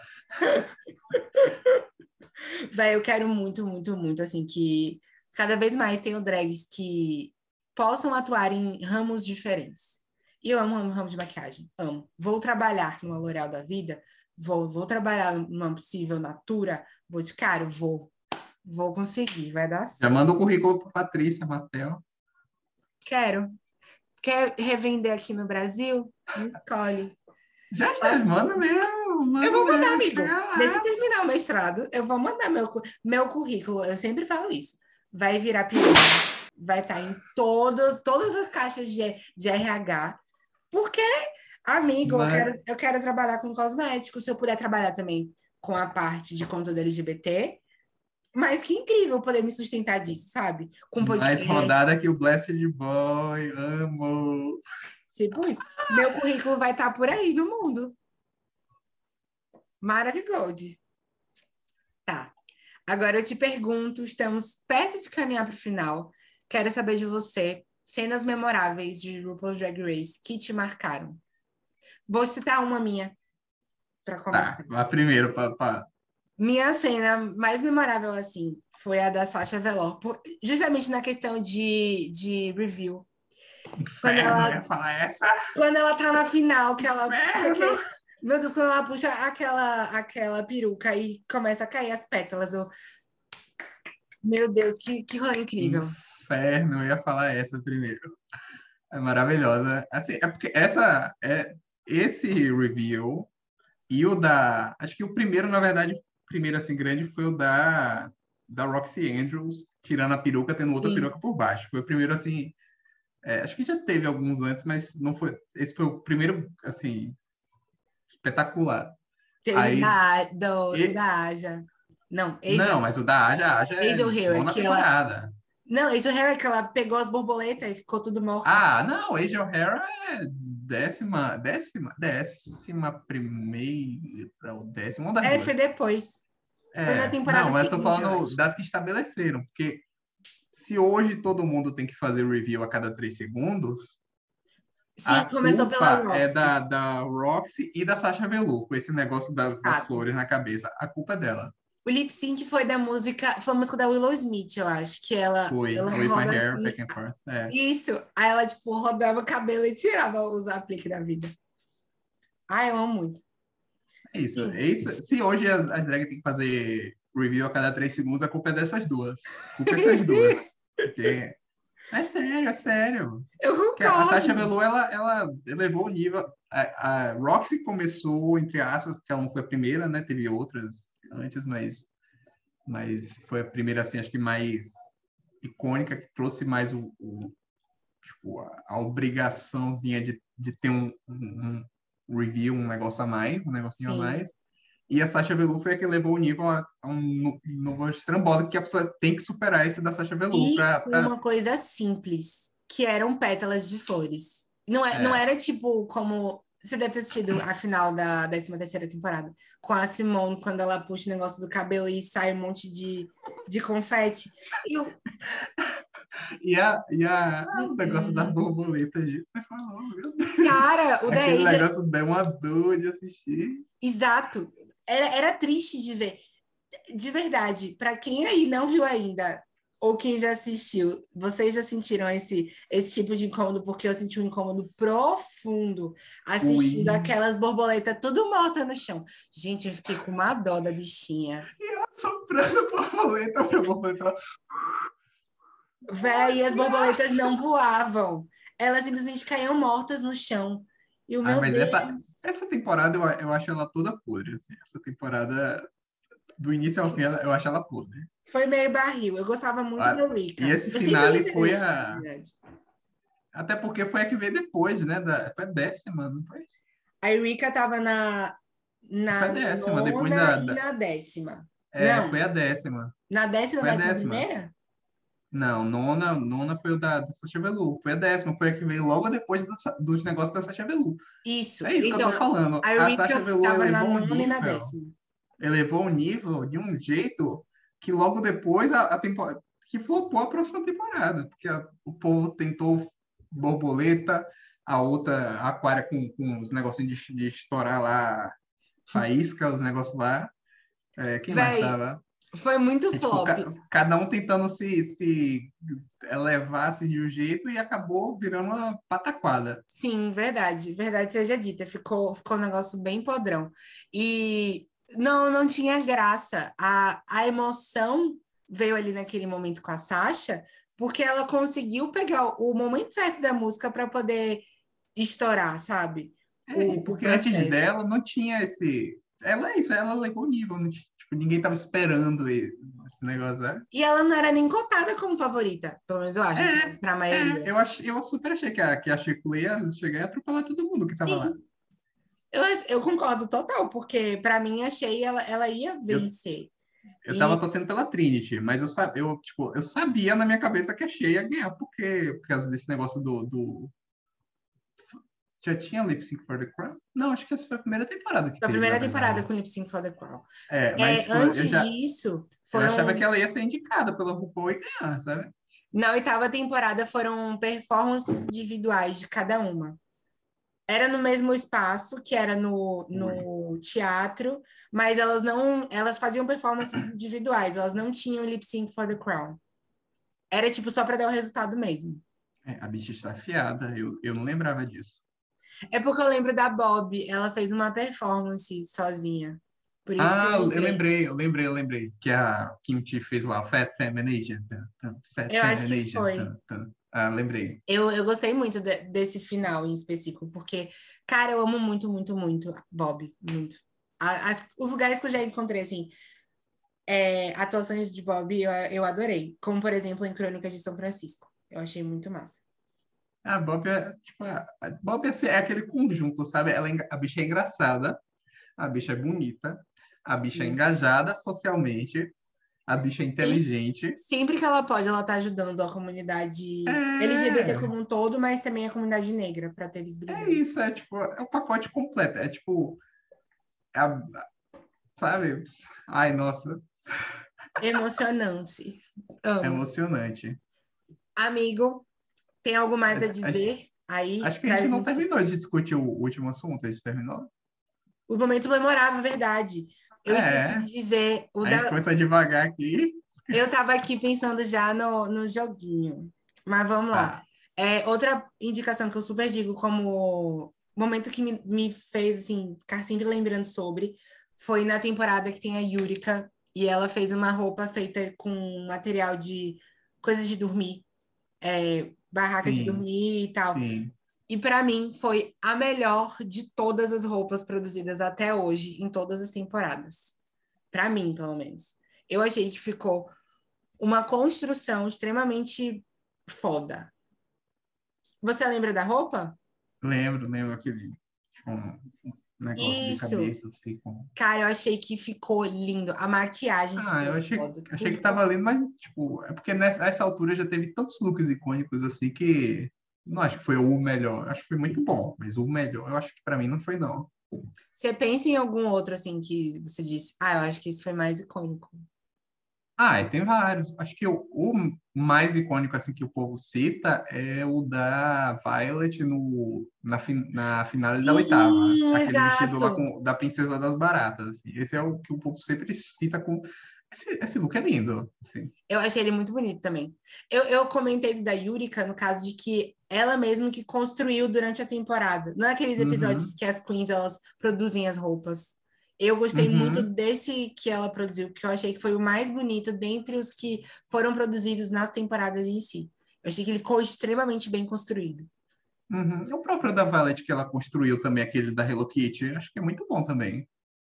Véi, eu quero muito, muito, muito, assim, que cada vez mais tenham drags que possam atuar em ramos diferentes. E eu amo, amo ramo de maquiagem, amo. Vou trabalhar numa L'Oréal da vida, vou, vou trabalhar numa possível Natura, vou de cara, vou, vou conseguir, vai dar Já certo. manda o currículo para Patrícia, Matel. Quero. Quer revender aqui no Brasil? Me escolhe. Já, já, manda mesmo, Eu manda vou mandar, mesmo, amigo. chega Deixa eu lá. terminar o mestrado. Eu vou mandar meu, cu- meu currículo. Eu sempre falo isso. Vai virar pirâmide. Vai estar em todas, todas as caixas de, de R H. Porque, amigo, eu Mas, quero, eu quero trabalhar com cosméticos. Se eu puder trabalhar também com a parte de conteúdo L G B T. Mas que incrível poder me sustentar disso, sabe? Com mais podcast, rodada que o Blessed Boy, amo. tipo isso. Meu currículo vai estar por aí no mundo. Maravilhoso. Tá. Agora eu te pergunto, estamos perto de caminhar para o final. Quero saber de você, cenas memoráveis de RuPaul's Drag Race que te marcaram. Vou citar uma minha para Tá, começar. lá primeiro, papá. Minha cena mais memorável, assim, foi a da Sasha Velour, por- justamente na questão de, de review. Quando Inferno, eu ia ela, falar essa. quando ela tá na final, que ela puxa Inferno. aquele... Meu Deus, quando ela puxa aquela, aquela peruca e começa a cair as pétalas, eu... Meu Deus, que, que rolê incrível. Inferno, eu ia falar essa primeiro. É maravilhosa. Assim, é porque essa é esse review e o da, acho que o primeiro, na verdade, o primeiro assim grande foi o da da Roxy Andrews, tirando a peruca, tendo outra Sim, peruca por baixo. Foi o primeiro assim, é, acho que já teve alguns antes, mas não foi, esse foi o primeiro assim espetacular. teve o Aí da, do, o e, da Aja. Não, não, Angel, mas o da Aja, Aja é Angel Hair, nona que ela... temporada. Não, Angel Hair, que ela pegou as borboletas e ficou tudo morto. Ah, não, Age of Hera é décima, décima, décima primeira, ou décima, uma das É, foi duas. depois. Foi na É, não, temporada mas eu tô seguinte, eu falando acho. das que estabeleceram, porque se hoje todo mundo tem que fazer review a cada três segundos, a Sim, começou pela culpa é Roxy. da, da Roxy e da Sasha Velour, com esse negócio das, das Fato. flores na cabeça. A culpa é dela. O lip sync foi da música, foi a música da Willow Smith, eu acho, que ela, Foi, ela With My roda Hair, assim. Back and Forth. É, Isso. Aí ela, tipo, rodava o cabelo e tirava os apliques da vida. Ai, eu amo muito. é isso. Sim. É isso. Se hoje as, as drag têm que fazer review a cada três segundos, a culpa é dessas duas. A culpa é essas duas. Porque é sério, é sério. Eu Que a Sasha concordo. Velour, ela, ela elevou o nível. A, a Roxy começou, entre aspas, porque ela não foi a primeira, né? Teve outras antes, mas, mas foi a primeira, assim, acho que mais icônica, que trouxe mais o, o- tipo, a, a obrigaçãozinha de, de ter um, um, um review, um negócio a mais, um negocinho a Sim. mais. E a Sasha Velour foi a que levou o nível a, a um nu- novo estrambólico, que a pessoa tem que superar esse da Sasha Velour E para. Pra... uma coisa simples, que eram pétalas de flores. Não, é, não É, era tipo como. Você deve ter assistido a final da décima terceira temporada, com a Simone, quando ela puxa o negócio do cabelo e sai um monte de, de confete. E o, E, a, e a, ah, o negócio das borboletas, gente, você falou, meu Deus. cara, o da Aquele Asia, negócio deu uma dor de assistir. exato, era, era triste de ver. De verdade, para quem aí não viu ainda, ou quem já assistiu, vocês já sentiram esse, esse tipo de incômodo? Porque eu senti um incômodo profundo assistindo Ui. aquelas borboletas tudo morta no chão. Gente, eu fiquei com uma dó da bichinha. E ela soprando borboleta pra borboleta. Véi, as borboletas Desgraça. não voavam. Elas simplesmente caíam mortas no chão. E o Ah, meu mas Deus, essa, essa temporada eu, eu acho ela toda podre, assim. Essa temporada, do início ao fim, ela- eu acho ela podre. foi meio barril. Eu gostava muito Ah, da e Rika. esse Eu sempre finale gostei da foi Rika, na a. verdade. Até porque foi a que veio depois, né? Da, foi a décima, não foi? A Rika tava na, Foi a na décima, depois nona da, e da- na décima. É, foi Não, a décima. na décima, Foi a décima décima. primeira? Não, nona, nona foi o da, da Sacha Velour. Foi a décima, foi a que veio logo depois do, dos negócios da Sacha Velour. Isso. É isso que eu Então, tô falando. a A Rika Sacha Velour tava na elevou o nona e na nível, décima. elevou o nível de um jeito que logo depois a, a temporada, que flopou a próxima temporada, porque a- o povo tentou borboleta, a outra aquária com, com os negocinhos de, de estourar lá, faísca, os negócios lá. É, quem mais Véi, tava? foi muito E, tipo, flop. ca- cada um tentando se, se elevar assim, de um jeito e acabou virando uma pataquada. Sim, verdade. Verdade seja dita. Ficou, ficou um negócio bem podrão. E não, não tinha graça. A, a emoção veio ali naquele momento com a Sasha, porque ela conseguiu pegar o, o momento certo da música para poder estourar, sabe? É, e O, o porque antes processo. dela não tinha esse. Ela é isso, ela levou o nível. Não tinha- tipo, ninguém tava esperando e- esse negócio, né? E ela não era nem cotada como favorita, pelo menos eu acho, assim, para a É, é, maioria. eu, ach, eu super achei que a, que a Chico ia chegar e atropelar todo mundo que tava lá. Sim, eu, eu concordo total, porque para mim achei ela, ela ia Eu, vencer. eu tava E torcendo pela Trinity, mas eu, sa- eu, tipo, eu sabia na minha cabeça que a Shea ia ganhar, porque, por causa desse negócio do, do já tinha Lip Sync for the Crown? Não, acho que essa foi a primeira temporada que a teve, na primeira temporada verdade. com Lip Sync for the Crown. É, mas É, tipo, eu antes já disso, eu achava foram. que ela ia ser indicada pela RuPaul e ganhar, sabe? Na oitava temporada foram performances individuais de cada uma. Era no mesmo espaço, que era no, Ui. no teatro, mas elas não, elas faziam performances individuais, elas não tinham lip sync for the crown. Era tipo só para dar o resultado mesmo. É, a bicha está afiada, eu, eu não lembrava disso. É porque eu lembro da Bob, ela fez uma performance sozinha. Por isso que eu Ah, eu lembrei. lembrei, eu lembrei, eu lembrei. Que a Kimchi fez lá, o Fat Femination. Tan, tan, Fat Eu acho que Femination. foi. Tan, tan. Ah, lembrei. Eu, eu gostei muito de- desse final em específico, porque, cara, eu amo muito, muito, muito Bob, muito. A- as- os lugares que eu já encontrei, assim, é, atuações de Bob, eu, eu adorei. Como, por exemplo, em Crônicas de São Francisco. Eu achei muito massa. A Bob é, tipo, a, a Bob é, assim, é aquele conjunto, sabe? Ela é enga- a bicha é engraçada, a bicha é bonita, a bicha é Sim. engajada socialmente, a bicha é Sempre, inteligente. sempre que ela pode, ela tá ajudando a comunidade L G B T É, como um todo, mas também a comunidade negra, para ter é visibilidade. isso, é tipo, é o pacote completo. É tipo, é a- sabe? Ai, nossa, Emocionante. é Amo. emocionante. Amigo, tem algo mais a A- Acho, dizer aí acho que a pra gente não gente? terminou de discutir o último assunto, a gente terminou? O momento memorável, verdade. Eu esqueci É, de dizer, o a gente da... começou devagar aqui. eu tava aqui pensando já no, no joguinho. Mas vamos lá. Tá, É, outra indicação que eu super digo como momento que me, me fez assim, ficar sempre lembrando sobre foi na temporada que tem a Yurika e ela fez uma roupa feita com material de coisas de dormir, é, barraca de sim, dormir e tal. sim. E para mim foi a melhor de todas as roupas produzidas até hoje, em todas as temporadas. Para mim, pelo menos. Eu achei que ficou uma construção extremamente foda. Você lembra da roupa? Lembro, lembro aquele tipo, um um negócio de Isso. cabeça, assim, com... Cara, eu achei que ficou lindo. A maquiagem Ah, eu ficou achei, foda. achei Tudo que ficou tava foda. lindo, mas, tipo, é porque nessa essa altura já teve tantos looks icônicos, assim, que não acho que foi o melhor. Acho que foi muito bom, mas o melhor, eu acho que pra mim não foi, não. Você pensa em algum outro, assim, que você disse, ah, eu acho que esse foi mais icônico. Ah, e tem vários. Acho que o, o mais icônico assim que o povo cita é o da Violet no, na, fin, na finale da oitava. Sim, Aquele vestido lá exato. com, da Princesa das Baratas. Assim. Esse é o que o povo sempre cita com. Esse, esse look é lindo. Assim. Eu achei ele muito bonito também. Eu, eu comentei da Yurika no caso de que ela mesma que construiu durante a temporada. Não é aqueles episódios Uhum, que as queens elas produzem as roupas. Eu gostei muito uhum, desse que ela produziu, que eu achei que foi o mais bonito dentre os que foram produzidos nas temporadas em si. Eu achei que ele ficou extremamente bem construído. uhum. O próprio da Violet que ela construiu também, aquele da Hello Kitty, acho que é muito bom também.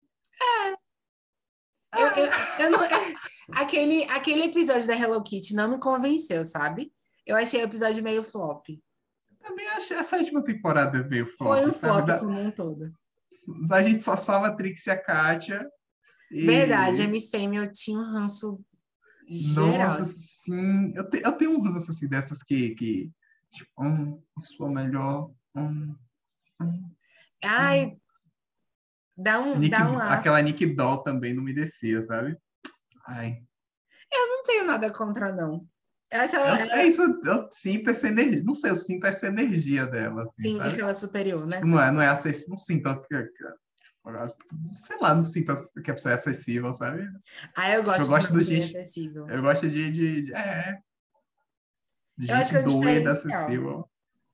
Eu, eu, eu não, aquele, aquele episódio da Hello Kitty não me convenceu, sabe? Eu achei o episódio meio flop. Também achei a sétima temporada meio Foi flop, um sabe? flop Da- como um todo. a gente só salva a Trix e a Kátia. Verdade, a E Miss Fame eu tinha um ranço geral, nossa, assim. sim. Eu, te- eu tenho um ranço assim dessas que, que tipo, hum, eu sou melhor. Hum, hum, hum. Ai, dá um, Nick, dá um asco. aquela Nick Doll também não me descia, sabe? Ai. Não tenho nada contra, não. Eu acho ela, Eu, é ela isso, eu sinto essa energia. Não sei, eu sinto essa energia dela, assim, finge que sabe? ela é superior, né? Tipo, não é, não é acessível. Não sinto que, que- tipo, sei lá, não sinto que a pessoa é acessível, sabe? Aí eu Tipo, eu gosto de uma gosto do gordinha gente. acessível. Eu gosto de, de, de- é, de Eu acho gente que é o doida, diferencial. acessível.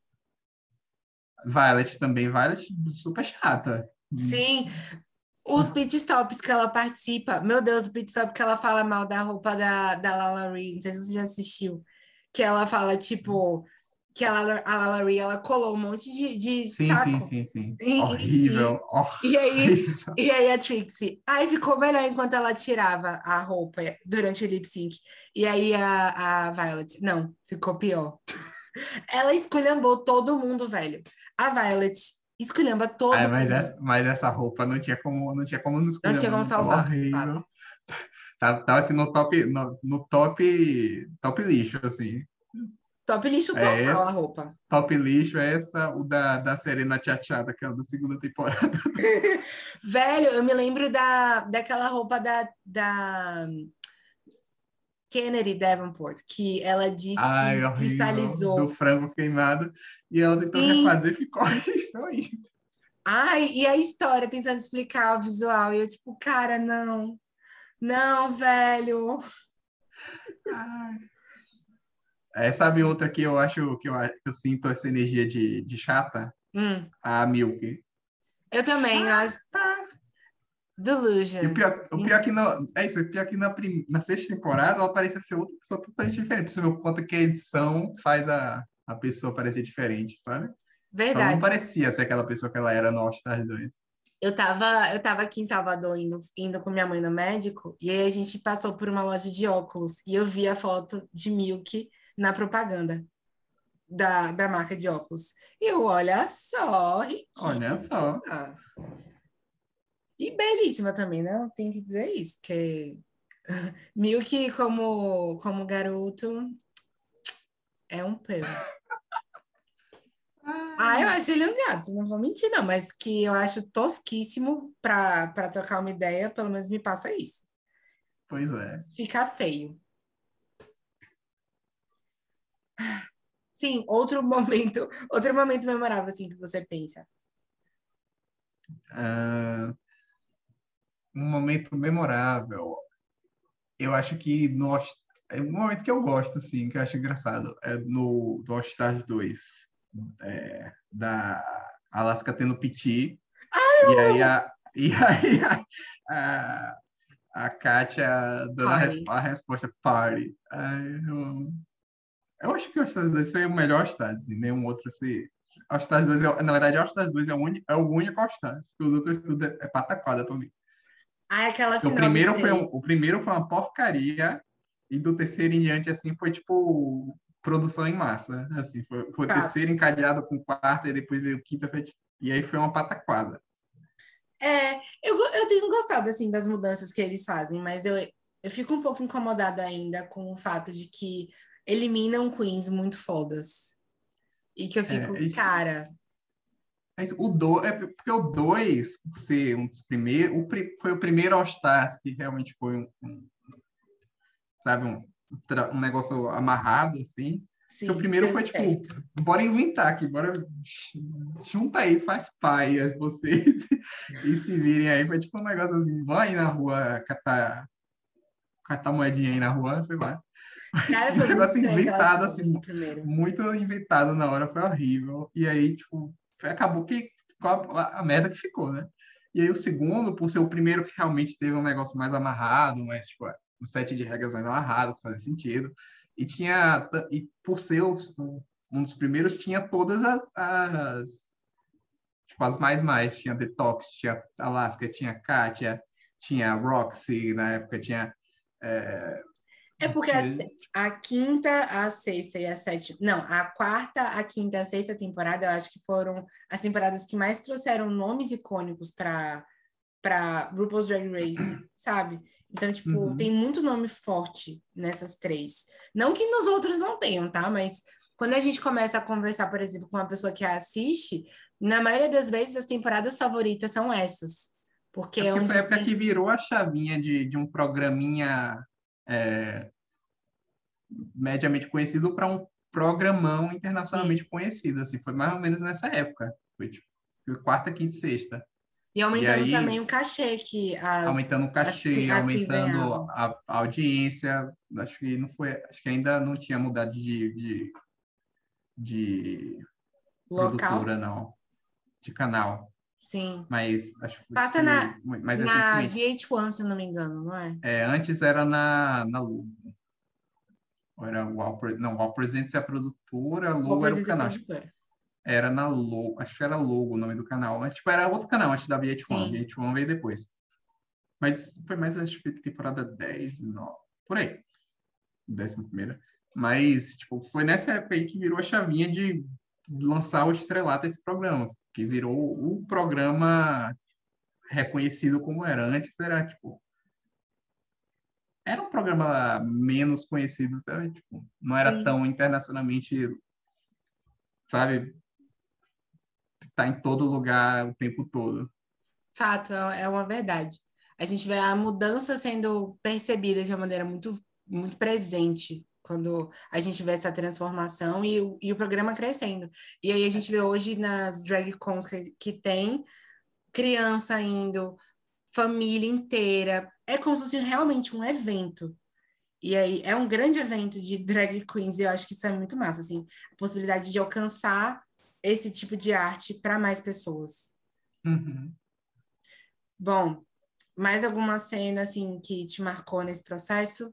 Violet também, Violet super chata. Hum. Sim, os pit stops que ela participa. Meu Deus, o pit stop que ela fala mal da roupa da, da Lala Ree. Não sei se você já assistiu. Que ela fala, tipo, que a Lala, a Lala Ree, ela colou um monte de, de Sim, sim, saco sim, sim. em, em si. Horrível, E aí, horrível. e aí a Trixie, aí ficou melhor enquanto ela tirava a roupa durante o lip sync. E aí a, a Violet, não, ficou pior. Ela esculhambou todo mundo, velho. A Violet esculhamba Ah, todo mas mundo. essa, mas essa roupa não tinha como, não tinha como não Não escolher, tinha como não. Tava salvar, fato. horrível. Tava, tava assim no top, no, no top, top lixo, assim. Top lixo É total a esse, roupa. top lixo é essa, o da, da Serena Tchachada, que é o da segunda temporada. Velho, eu me lembro da, daquela roupa da, da Kennedy Davenport, que ela disse Ai, que horrível. Do cristalizou. frango queimado. E ela tentou Sim. refazer, ficou horrível. Ai, e a história tentando explicar o visual. E eu, tipo, cara, não. Não, velho. Ai. É, sabe outra que eu acho que eu, que eu sinto essa energia de, de chata? Hum, A Milk. eu também, eu acho. Chata! E o Delusion. pior, o pior que no, é isso, o pior que na, prim, na sexta temporada ela parecia ser outra pessoa totalmente diferente. Por meu conta que a edição faz a, a pessoa parecer diferente, sabe? Ela não Verdade. parecia ser aquela pessoa que ela era no All Stars dois. Eu tava, eu tava aqui em Salvador indo, indo com minha mãe no médico, e aí a gente passou por uma loja de óculos e eu vi a foto de Milk na propaganda da, da marca de óculos. E eu, olha só, Olha só, riquíssima. E belíssima também, né? Tem que dizer isso, que Milk como, como garoto é um pego. Ah, eu acho ele um gato, não vou mentir, não, mas que eu acho tosquíssimo pra, pra trocar uma ideia, pelo menos me passa isso. pois é. Fica feio. Sim, outro momento, outro momento memorável, assim, que você pensa. Ah, um momento memorável. Eu acho que no, All- é um momento que eu gosto, assim, que eu acho engraçado, é no do All Stars dois, é, da Alaska tendo piti, e aí a, e aí a, a, a Kátia dando a, res- Party. a resposta party. Ai, eu, eu acho que o All Stars dois foi o melhor All Stars, assim, nenhum outro assim. All Stars dois, é, na verdade, All Stars dois é o, uni, é o único All Stars, porque os outros tudo é, é pataquada pra mim. Ah, aquela Porque o final do primeiro foi um, três. o primeiro foi uma porcaria e do terceiro em diante assim foi tipo produção em massa, assim, foi, foi o Fato. terceiro encadeado com o quarto e depois veio o quinto foi, tipo- e aí foi uma pataquada. É, eu, go- eu tenho gostado, assim, das mudanças que eles fazem, mas eu, eu fico um pouco incomodada ainda com o fato de que eliminam queens muito fodas. E que eu É, fico, e- cara, mas o do, é porque o dois por ser um dos primeiros, o, pri- foi o primeiro All Stars que realmente foi um, um, sabe, um, tra- um negócio amarrado assim. Que o sim, primeiro deu foi tipo, certo. bora inventar aqui, bora junta aí, faz paia vocês e se virem aí. Foi tipo um negócio assim, vai na rua catar, catar moedinha aí na rua, sei lá. Cara, Um foi muito negócio estranho aquelas inventado, assim, provas do primeiro. muito inventado na hora, foi horrível. E aí, tipo, acabou que ficou a, a merda que ficou, né? E aí o segundo, por ser o primeiro que realmente teve um negócio mais amarrado, mais, tipo, um set de regras mais amarrado, que fazia sentido. E tinha, e por ser o- um dos primeiros, tinha todas as, as, tipo, as mais mais. Tinha Detox, tinha Alaska, tinha Katia, tinha Roxy, na época tinha... é, É porque a, tinha se- a quinta, a sexta e a sétima. Não, a quarta, a quinta e a sexta temporada, eu acho que foram as temporadas que mais trouxeram nomes icônicos para para RuPaul's Drag Race, sabe? Então, tipo, tem uhum. muito nome forte nessas três. Não que nos outros não tenham, tá? Mas quando a gente começa a conversar, por exemplo, com uma pessoa que assiste, na maioria das vezes as temporadas favoritas são essas. Porque É é porque foi a onde época que tem. virou a chavinha de, de um programinha é, mediamente conhecido para um programão Sim. internacionalmente conhecido. Assim, foi mais ou menos nessa época. Foi tipo foi quarta, quinta e sexta. E E aumentando também aí, o cachê que as, aumentando o as, cachê, as queens aumentando ganhavam. a, a audiência, acho que não foi, acho que ainda não tinha mudado de, de, de Local, produtora, não, de canal. sim. Mas acho Passa que na, mais na recentemente. V H um, se eu não me engano, não é? É, antes era na, na Logo. Era o All, Pre- não, o All Presents é a produtora, a Qual Logo era o presença canal. Acho que produtora? era na Logo, acho que era Logo o nome do canal. Mas, tipo, era outro canal antes da V H um. A Sim. V H um veio depois. Mas foi mais, acho que foi temporada dez, nove, por aí. Décima primeira. Mas, tipo, foi nessa época aí que virou a chavinha de lançar o estrelato esse programa. Que virou o programa reconhecido como era. Antes era, tipo, era um programa menos conhecido, sabe? Tipo, não era Sim. tão internacionalmente, sabe? Tá em todo lugar o tempo todo. Fato, é é uma verdade. A gente vê a mudança sendo percebida de uma maneira muito, muito presente quando a gente vê essa transformação e, o- e o programa crescendo. E aí a gente vê hoje nas drag cons que, que tem criança indo, família inteira. É como se fosse realmente um evento. E aí é um grande evento de drag queens e eu acho que isso é muito massa, assim, a possibilidade de alcançar esse tipo de arte para mais pessoas. Uhum. Bom, mais alguma cena assim que te marcou nesse processo?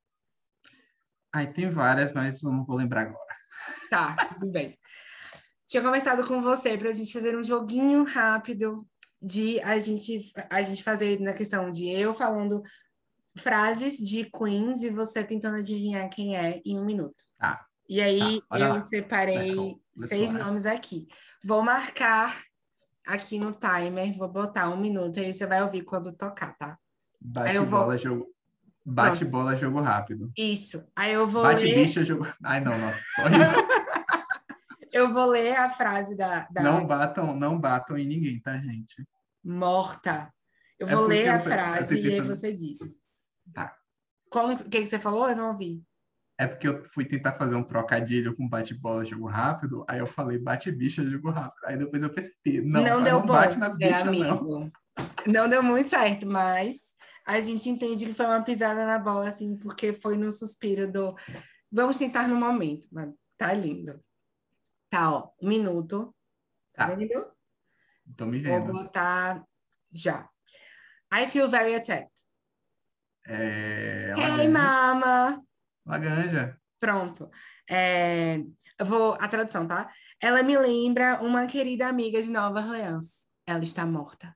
Aí tem várias, mas eu não vou lembrar agora. Tá, tudo bem. Tinha conversado com você para a gente fazer um joguinho rápido de a gente a gente fazer na questão de eu falando frases de queens e você tentando adivinhar quem é em um minuto. Tá, E tá, aí bora eu lá. Let's separei go. Let's go. seis nomes aqui. Vou marcar aqui no timer, vou botar um minuto, aí você vai ouvir quando tocar, tá? Aí eu Bate-bola, vou. jogo. Pronto, Bate-bola, jogo rápido. isso. Aí eu vou ler, Bate-bicha, jogo. Ai, não, nossa, só isso. eu vou ler a frase da, da Não batam, não batam em ninguém, tá, gente? morta. Eu É vou ler porque a eu, eu frase e tentei aí fazer. você diz. Tá. Como, o que que você falou? Eu não ouvi. É porque eu fui tentar fazer um trocadilho com bate-bola, jogo rápido. Aí eu falei bate-bicha, jogo rápido. Aí depois eu percebi, não, Não deu não bate bom, nas é bichas, não. amigo. Não deu muito certo, mas a gente entende que foi uma pisada na bola, assim, porque foi no suspiro do vamos tentar no momento, mas tá lindo. Tá, ó, um minuto. Tá Tá, vendo? tô me Vou vendo. botar já. I feel very attacked. É... Hey, Laganja. mama! Laganja. Pronto. É, eu vou, a tradução, tá? Ela me lembra uma querida amiga de Nova Orleans. Ela está morta.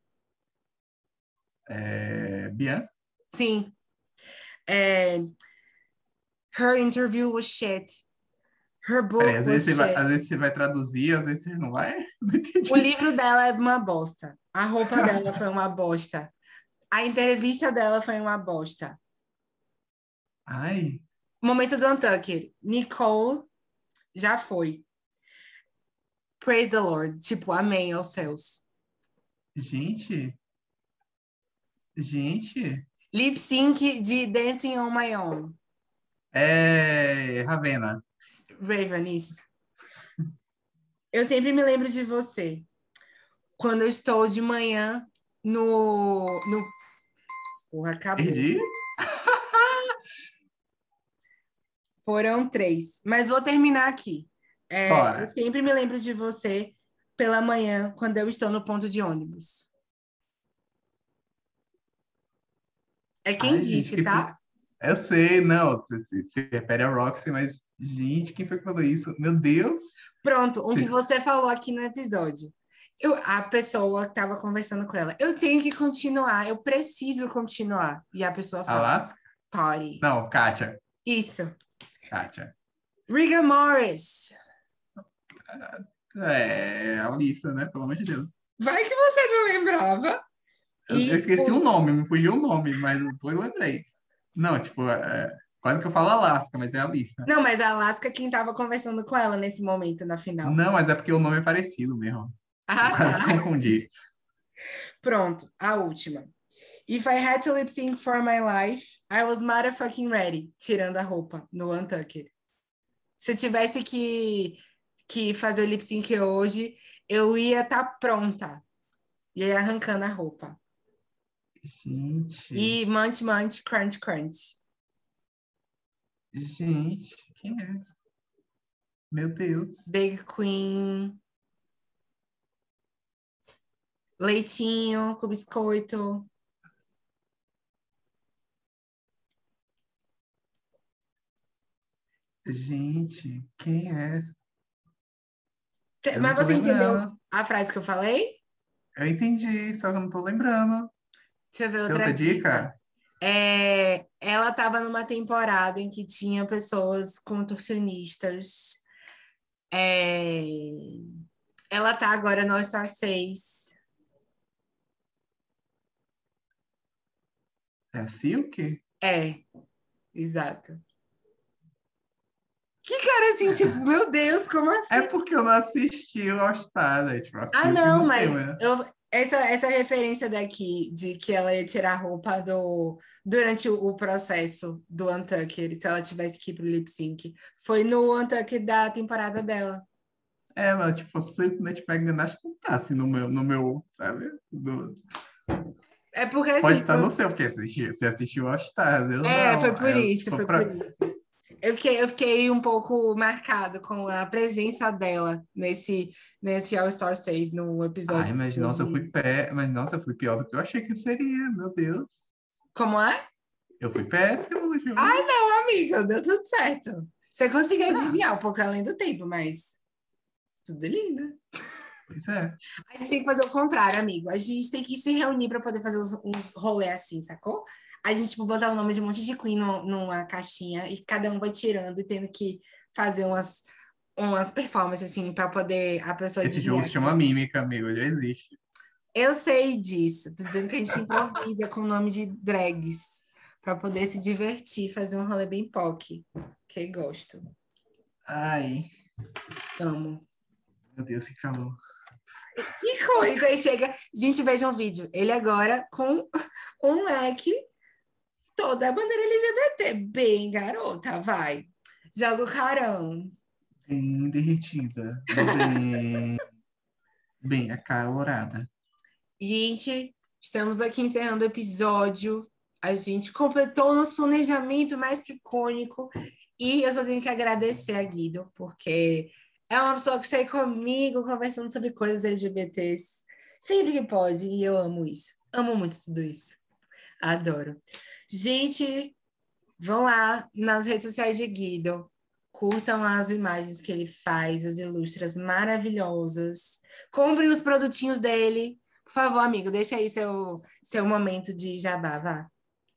É... Bian. Sim. É, her interview was shit. Her Peraí, book às vezes was você vai, shit. às vezes você vai traduzir, às vezes você não vai. Não O entendi. livro dela é uma bosta. A roupa dela foi uma bosta. A entrevista dela foi uma bosta. Ai, Momento do Untucked. Nicole já foi. Praise the Lord. Tipo, amém aos céus. gente, gente. Lip sync de Dancing on My Own. É... Ravena. Raven, isso. Eu sempre me lembro de você. Quando eu estou de manhã no. no... Porra, acabou. Perdi? Porão três. Mas vou terminar aqui. É, eu Bora. sempre me lembro de você pela manhã, quando eu estou no ponto de ônibus. É quem Ai, gente, disse, quem foi? tá? Eu sei, não, se, se, se refere a Roxy, mas, gente, quem foi que falou isso? Meu Deus! Pronto, um que Vocês- você falou aqui no episódio. Eu, a pessoa que estava conversando com ela, eu tenho que continuar, eu preciso continuar. E a pessoa fala, Alaska? party. Não, Kátia. Isso. Kátia. Rigor Morris. É, a Alissa, né? Pelo amor de Deus. Vai que você não lembrava. Eu, eu E esqueci o o... nome, me fugiu o nome, mas depois eu lembrei. Não, tipo, é, quase que eu falo Alaska, mas é Alissa. Não, mas a Alaska é quem estava conversando com ela nesse momento, na final. Não, mas é porque o nome é parecido mesmo. Eu Ah, quase tá. confundi. Pronto, a última. If I had to lip sync for my life, I was motherfucking ready. Tirando a roupa no Untucked. Se eu tivesse que, que fazer o lip sync hoje, eu ia estar tá pronta. E aí arrancando a roupa. Gente, E munch, munch, crunch, crunch. gente, quem é essa? Meu Deus. Big Queen. Leitinho com biscoito. Gente, quem é essa? Cê- Eu não Mas tô você entendeu lembrando. a frase que eu falei? Eu entendi, só que eu não tô lembrando. Deixa eu ver Tem outra outra dica. dica? É, ela estava numa temporada em que tinha pessoas contorcionistas. É, ela tá agora no All Star seis. É a Silk? É, exato. Que cara assim, tipo, meu Deus, como É assim? porque eu não assisti o All Star, né? Tipo, a Ah, Silk não, não tem, mas né? eu, essa, essa referência daqui de que ela ia tirar a roupa do, durante o, o processo do Untucked, se ela tivesse que ir pro lip sync, foi no Untucked da temporada dela. É, mas tipo, a Silk, né, tipo, a Ganache não tá assim no meu, no meu, sabe? Do... É porque Pode assim, estar no seu, porque você assistiu, você assistiu All Stars, eu é, foi não. por Aí eu, isso, tipo, foi por pra... isso. Eu fiquei, eu fiquei um pouco marcado com a presença dela nesse, nesse All Star seis, no Ai, episódio que mas nossa, eu fui teve. pé, mas nossa, eu fui pior do que eu achei que eu seria, meu Deus. Como é? Eu fui péssimo, Ai, juro. não, amiga, deu tudo certo. Você conseguiu Ah, adivinhar um pouco além do tempo, mas tudo lindo. pois é. A gente tem que fazer o contrário, amigo. A gente tem que se reunir para poder fazer uns, uns rolês assim, sacou? A gente, tipo, botar o nome de um monte de Queen no- numa caixinha e cada um vai tirando e tendo que fazer umas, umas performances, assim, para poder a pessoa Esse jogo adivinhar se chama quem. Mímica, amigo, já existe. Eu sei disso. Tô dizendo que a gente improvisa com o nome de drags para poder se divertir, fazer um rolê bem poc. Que gosto. Ai, Amo. meu Deus, que calor. Icônico, aí chega. Gente, veja um vídeo. Ele agora com um leque toda a bandeira L G B T. Bem, garota, vai. Joga o carão. Bem derretida, bem, bem acalorada. Gente, estamos aqui encerrando o episódio. A gente completou o nosso planejamento mais que icônico. E eu só tenho que agradecer a Guido, porque é uma pessoa que está aí comigo, conversando sobre coisas L G B Ts. Sempre que pode, e eu amo isso. Amo muito tudo isso. Adoro. Gente, vão lá nas redes sociais de Guido. Curtam as imagens que ele faz, as ilustras maravilhosas. Comprem os produtinhos dele. Por favor, amigo, deixa aí seu, seu momento de jabá, vá.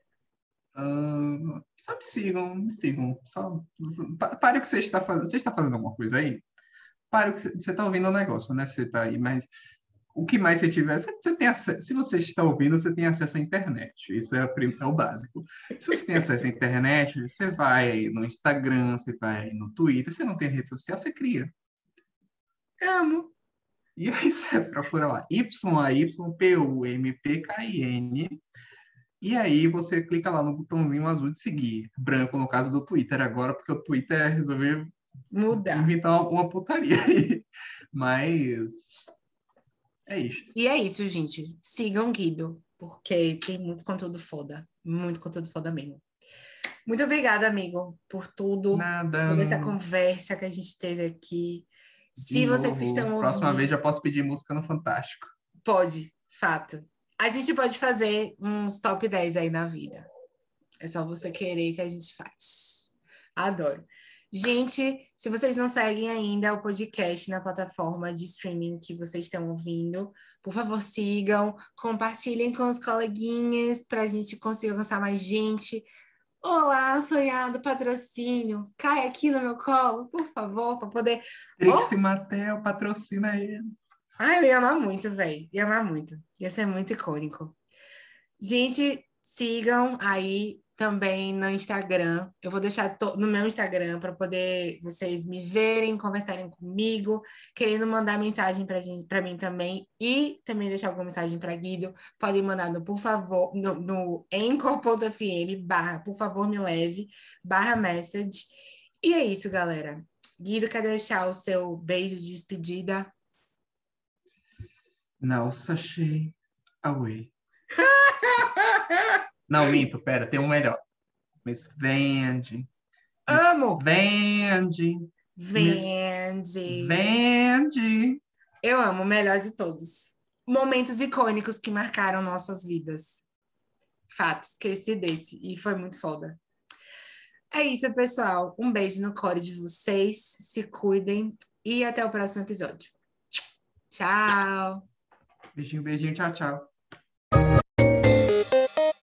Ah, só me sigam, me sigam. Só, pa- pare o que você está fazendo. Você está fazendo alguma coisa aí? Pare o que você você está ouvindo o negócio, né? Você está aí, mas o que mais você tiver, você, você tem acesso. Se você está ouvindo, você tem acesso à internet. Isso é, a prim- é o básico. Se você tem acesso à internet, você vai aí no Instagram, você vai aí no Twitter. Você não tem rede social, você cria. Amo. E aí você procura lá, Y A Y P U M P K I N. E aí você clica lá no botãozinho azul de seguir. Branco, no caso do Twitter agora, porque o Twitter resolveu Mudar. inventar uma, uma putaria aí. Mas é isto. E é isso, gente. Sigam Guido, porque tem muito conteúdo foda. Muito conteúdo foda mesmo. Muito obrigada, amigo, por tudo, Nada. toda essa conversa que a gente teve aqui. De Se vocês novo. estão Próxima vez ouvindo, já posso pedir música no Fantástico. pode, fato. A gente pode fazer uns top dez aí na vida. É só você querer que a gente faz. Adoro. Gente, se vocês não seguem ainda o podcast na plataforma de streaming que vocês estão ouvindo, por favor, sigam, compartilhem com os coleguinhas para a gente conseguir alcançar mais gente. Olá, sonhado patrocínio, cai aqui no meu colo, por favor, para poder. Oh, Trixie Mattel patrocina ele. ai, eu ia amar muito, velho. Ia amar muito. Ia ser muito icônico. Gente, sigam aí também no Instagram. Eu vou deixar to- no meu Instagram para poder vocês me verem, conversarem comigo, querendo mandar mensagem para gente, para mim também e também deixar alguma mensagem para Guido. Podem mandar no por favor no, no anchor.fm barra por favor me leve barra message. E é isso, galera. Guido, quer deixar o seu beijo de despedida? Now sashay away. Não, minto, pera, tem um melhor. Miss Vende. Miss Amo! Vende. Miss Vende! Vende. Eu amo, o melhor de todos. Momentos icônicos que marcaram nossas vidas. Fato, esqueci desse. E foi muito foda. É isso, pessoal. Um beijo no core de vocês. Se cuidem. E até o próximo episódio. Tchau! Beijinho, beijinho, tchau, tchau.